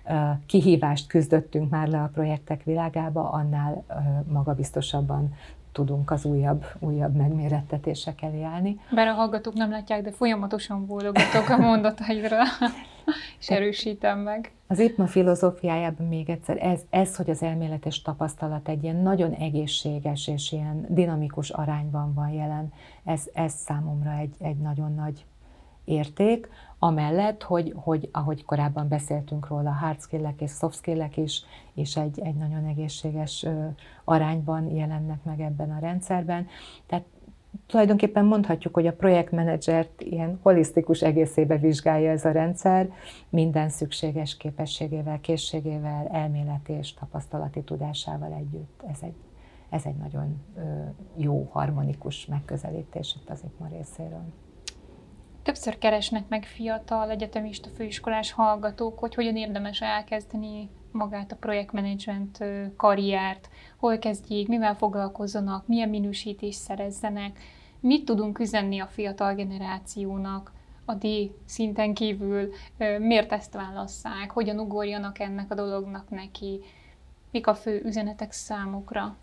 kihívást küzdöttünk már le a projektek világába, annál uh, magabiztosabban tudunk az újabb, újabb megmérettetések elé állni. Bár a hallgatók nem látják, de folyamatosan bólogatok a mondataidra, és erősítem meg. Az I P M A filozófiájában még egyszer ez, ez, hogy az elmélet és tapasztalat egy ilyen nagyon egészséges és ilyen dinamikus arányban van jelen, ez, ez számomra egy, egy nagyon nagy érték, amellett, hogy, hogy ahogy korábban beszéltünk róla, hard skill-ek és soft skill-ek is, és egy, egy nagyon egészséges arányban jelennek meg ebben a rendszerben. Tehát tulajdonképpen mondhatjuk, hogy a projektmenedzsert ilyen holisztikus egészébe vizsgálja ez a rendszer, minden szükséges képességével, készségével, elméleti és tapasztalati tudásával együtt. Ez egy, ez egy nagyon jó, harmonikus megközelítés itt az I P M A részéről. Többször keresnek meg fiatal egyetemista főiskolás hallgatók, hogy hogyan érdemes elkezdeni magát a projektmenedzsment karriert, hol kezdjék, mivel foglalkozzanak, milyen minősítést szerezzenek, mit tudunk üzenni a fiatal generációnak a D szinten kívül, miért ezt válasszák, hogyan ugorjanak ennek a dolognak neki, mik a fő üzenetek számukra?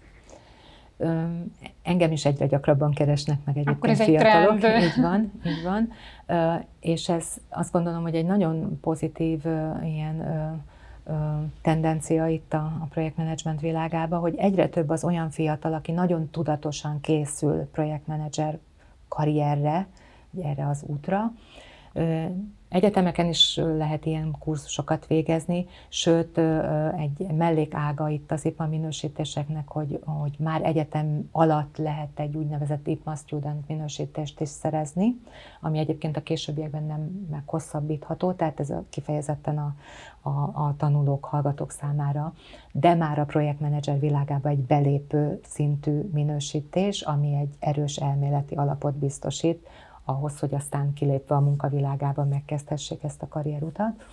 Engem is egyre gyakrabban keresnek meg egyébként ez fiatalok. Egy így van, így van. És ez azt gondolom, hogy egy nagyon pozitív ilyen tendencia itt a, a projektmenedzsment világában, hogy egyre több az olyan fiatal, aki nagyon tudatosan készül projektmenedzser karrierre, erre az útra. Egyetemeken is lehet ilyen kurzusokat végezni, sőt egy mellékága itt az I P M A minősítéseknek, hogy, hogy már egyetem alatt lehet egy úgynevezett I P M A Student minősítést is szerezni, ami egyébként a későbbiekben nem meghosszabbítható, tehát ez a, kifejezetten a, a, a tanulók, hallgatók számára, de már a projektmenedzser világában egy belépő szintű minősítés, ami egy erős elméleti alapot biztosít, ahhoz, hogy aztán kilépve a munkavilágában megkezdhessék ezt a karrierutat.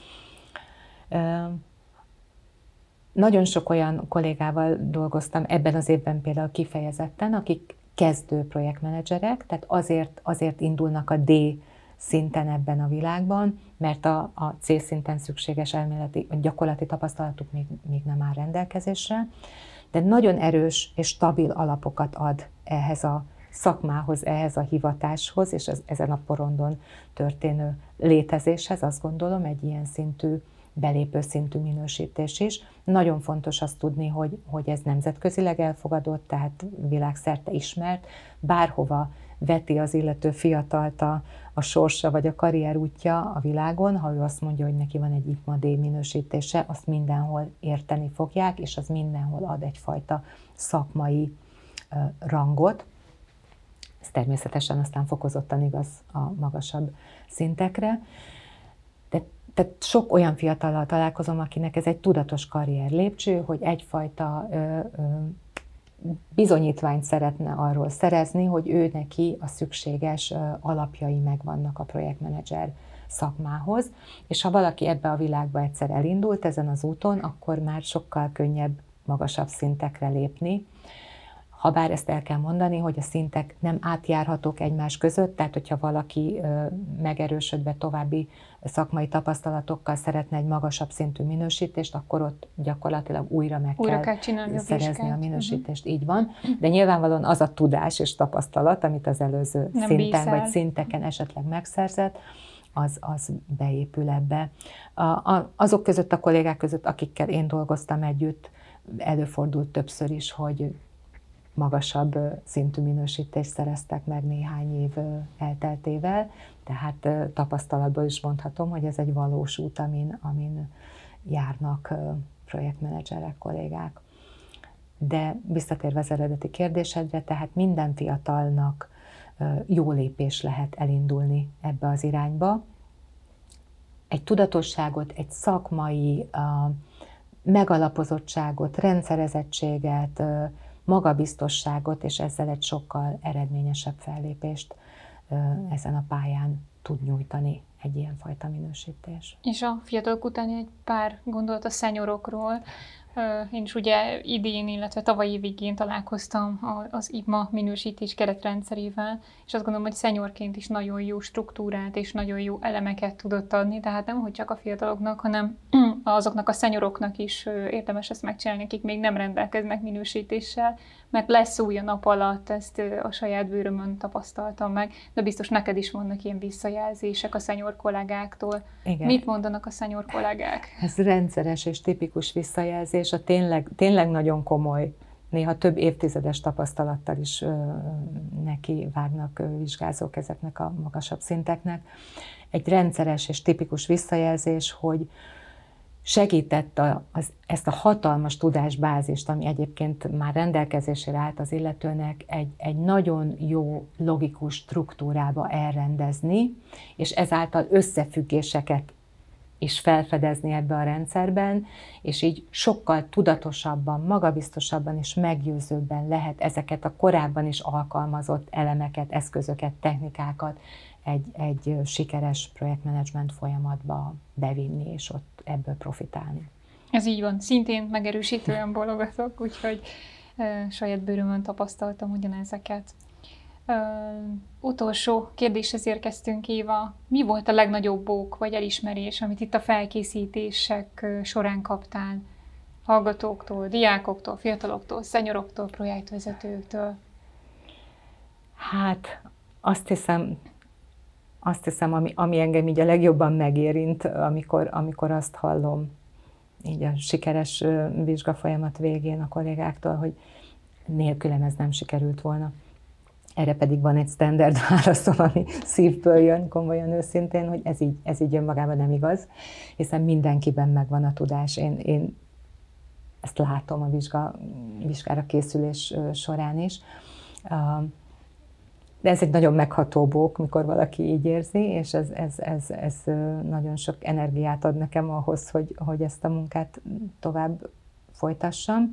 Nagyon sok olyan kollégával dolgoztam ebben az évben például kifejezetten, akik kezdő projektmenedzserek, tehát azért, azért indulnak a D szinten ebben a világban, mert a, a C szinten szükséges elméleti, gyakorlati tapasztalatuk még, még nem áll rendelkezésre, de nagyon erős és stabil alapokat ad ehhez a szakmához, ehhez a hivatáshoz, és ez, ezen a porondon történő létezéshez, azt gondolom, egy ilyen szintű, belépő szintű minősítés is. Nagyon fontos azt tudni, hogy, hogy ez nemzetközileg elfogadott, tehát világszerte ismert, bárhova veti az illető fiatalt a, a sorsa vagy a karrier útja a világon, ha ő azt mondja, hogy neki van egy I P M A D minősítése, azt mindenhol érteni fogják, és az mindenhol ad egyfajta szakmai uh, rangot. Ez természetesen aztán fokozottan igaz a magasabb szintekre. De, tehát sok olyan fiatallal találkozom, akinek ez egy tudatos karrier lépcső, hogy egyfajta ö, ö, bizonyítványt szeretne arról szerezni, hogy ő neki a szükséges ö, alapjai megvannak a projektmenedzser szakmához, és ha valaki ebbe a világba egyszer elindult ezen az úton, akkor már sokkal könnyebb magasabb szintekre lépni. Habár ezt el kell mondani, hogy a szintek nem átjárhatók egymás között, tehát hogyha valaki megerősödve további szakmai tapasztalatokkal szeretne egy magasabb szintű minősítést, akkor ott gyakorlatilag újra meg újra kell, kell szerezni a, a minősítést, uh-huh. Így van. De nyilvánvalóan az a tudás és tapasztalat, amit az előző nem szinten bízál. Vagy szinteken esetleg megszerzett, az, az beépül ebbe. A, a, azok között, a kollégák között, akikkel én dolgoztam együtt, előfordult többször is, hogy magasabb szintű minősítést szereztek meg néhány év elteltével, tehát tapasztalatból is mondhatom, hogy ez egy valós út, amin, amin járnak projektmenedzserek, kollégák. De visszatérve az eredeti kérdésedre, tehát minden fiatalnak jó lépés lehet elindulni ebbe az irányba. Egy tudatosságot, egy szakmai megalapozottságot, rendszerezettséget, magabiztosságot, és ezzel egy sokkal eredményesebb fellépést ezen a pályán tud nyújtani egy ilyenfajta minősítés. És a fiatalok után egy pár gondolat a seniorokról. Én is ugye idén, illetve tavalyi év végén találkoztam az I P M A minősítés keretrendszerével, és azt gondolom, hogy seniorként is nagyon jó struktúrát és nagyon jó elemeket tudott adni, tehát nem hogy csak a fiataloknak, hanem azoknak a szenyoroknak is érdemes ezt megcsinálni, akik még nem rendelkeznek minősítéssel, mert lesz új a nap alatt, ezt a saját bőrömön tapasztaltam meg, de biztos neked is vannak ilyen visszajelzések a szenyor kollégáktól. Igen. Mit mondanak a szenyor kollégák? Ez rendszeres és tipikus visszajelzés, a tényleg, tényleg nagyon komoly, néha több évtizedes tapasztalattal is ö, neki vágnak ö, vizsgázók ezeknek a magasabb szinteknek. Egy rendszeres és tipikus visszajelzés, hogy segített a, az, ezt a hatalmas tudásbázist, ami egyébként már rendelkezésére állt az illetőnek, egy, egy nagyon jó, logikus struktúrába elrendezni, és ezáltal összefüggéseket is felfedezni ebbe a rendszerben, és így sokkal tudatosabban, magabiztosabban és meggyőzőbben lehet ezeket a korábban is alkalmazott elemeket, eszközöket, technikákat egy, egy sikeres projektmenedzsment folyamatba bevinni, és ott ebből profitálni. Ez így van. Szintén megerősítően bologatok, úgyhogy uh, saját bőrömön tapasztaltam ugyanezeket. Uh, utolsó kérdéshez érkeztünk, Éva. Mi volt a legnagyobb ok vagy elismerés, amit itt a felkészítések során kaptál? Hallgatóktól, diákoktól, fiataloktól, szenyoroktól, projektvezetőktől? Hát azt hiszem, azt hiszem ami, ami engem így a legjobban megérint, amikor, amikor azt hallom így a sikeres vizsgafolyamat végén a kollégáktól, hogy nélkülem ez nem sikerült volna. Erre pedig van egy standard válaszom, ami szívből jön, komolyan őszintén, hogy ez így, ez így önmagában nem igaz, hiszen mindenkiben megvan a tudás. Én, én ezt látom a vizsga, vizsgára készülés során is. De ez egy nagyon megható bók, mikor valaki így érzi, és ez, ez, ez, ez nagyon sok energiát ad nekem ahhoz, hogy, hogy ezt a munkát tovább folytassam.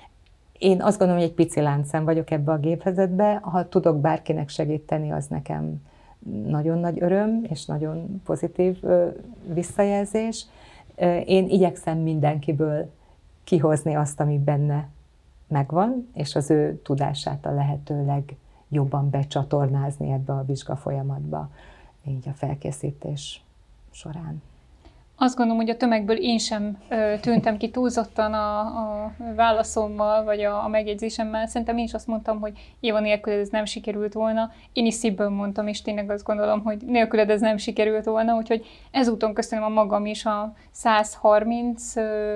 Én azt gondolom, hogy egy pici láncszem vagyok ebbe a gépvezetbe, ha tudok bárkinek segíteni, az nekem nagyon nagy öröm, és nagyon pozitív visszajelzés. Én igyekszem mindenkiből kihozni azt, ami benne megvan, és az ő tudását a lehető legjobban becsatornázni ebbe a vizsgafolyamatba, így a felkészítés során. Azt gondolom, hogy a tömegből én sem ö, tűntem ki túlzottan a, a válaszommal, vagy a, a megjegyzésemmel. Szerintem én is azt mondtam, hogy Éva nélküled ez nem sikerült volna. Én is szívből mondtam, és tényleg azt gondolom, hogy nélküled ez nem sikerült volna. Úgyhogy ezúton köszönöm a magam is a száz harminc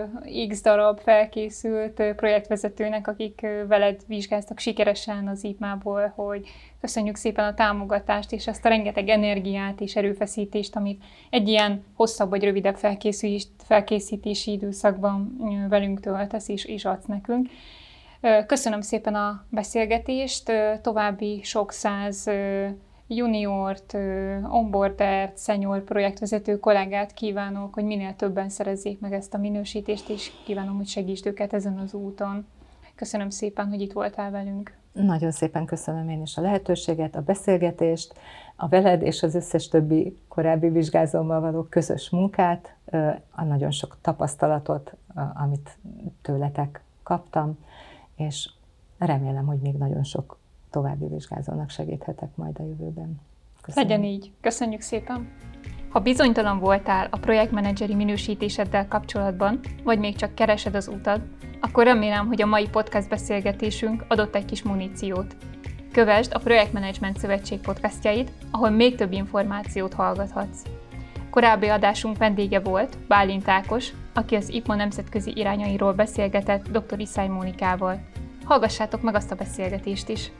x darab felkészült projektvezetőnek, akik veled vizsgáztak sikeresen az i pé em-ból, hogy köszönjük szépen a támogatást, és ezt a rengeteg energiát és erőfeszítést, amit egy ilyen hosszabb vagy rövidebb felkészítési időszakban velünk töltesz és, és adsz nekünk. Köszönöm szépen a beszélgetést, további sok száz juniort, onboardert, senior projektvezető kollégát kívánok, hogy minél többen szerezzék meg ezt a minősítést, és kívánom, hogy segítsd őket ezen az úton. Köszönöm szépen, hogy itt voltál velünk. Nagyon szépen köszönöm én is a lehetőséget, a beszélgetést, a veled és az összes többi korábbi vizsgázómmal való közös munkát, a nagyon sok tapasztalatot, amit tőletek kaptam, és remélem, hogy még nagyon sok további vizsgázónak segíthetek majd a jövőben. Köszönöm. Legyen így. Köszönjük szépen! Ha bizonytalan voltál a projektmenedzseri minősítéseddel kapcsolatban, vagy még csak keresed az utat, akkor remélem, hogy a mai podcast beszélgetésünk adott egy kis muníciót. Kövesd a Projektmenedzsment Szövetség podcastjait, ahol még több információt hallgathatsz. Korábbi adásunk vendége volt Bálint Ákos, aki az i pé em á nemzetközi irányairól beszélgetett dr. Iszály Mónikával. Hallgassátok meg azt a beszélgetést is!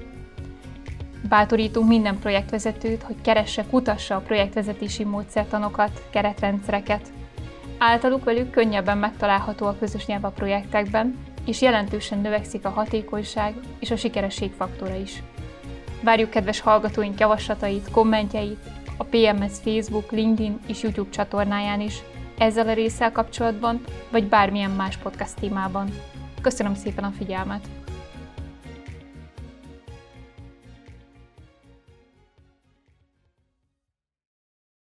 Bátorítunk minden projektvezetőt, hogy keresse, kutassa a projektvezetési módszertanokat, keretrendszereket. Általuk velük könnyebben megtalálható a közös nyelv a projektekben, és jelentősen növekszik a hatékonyság és a sikeresség faktora is. Várjuk kedves hallgatóink javaslatait, kommentjeit a pé em es Facebook, LinkedIn és YouTube csatornáján is, ezzel a résszel kapcsolatban, vagy bármilyen más podcast témában. Köszönöm szépen a figyelmet!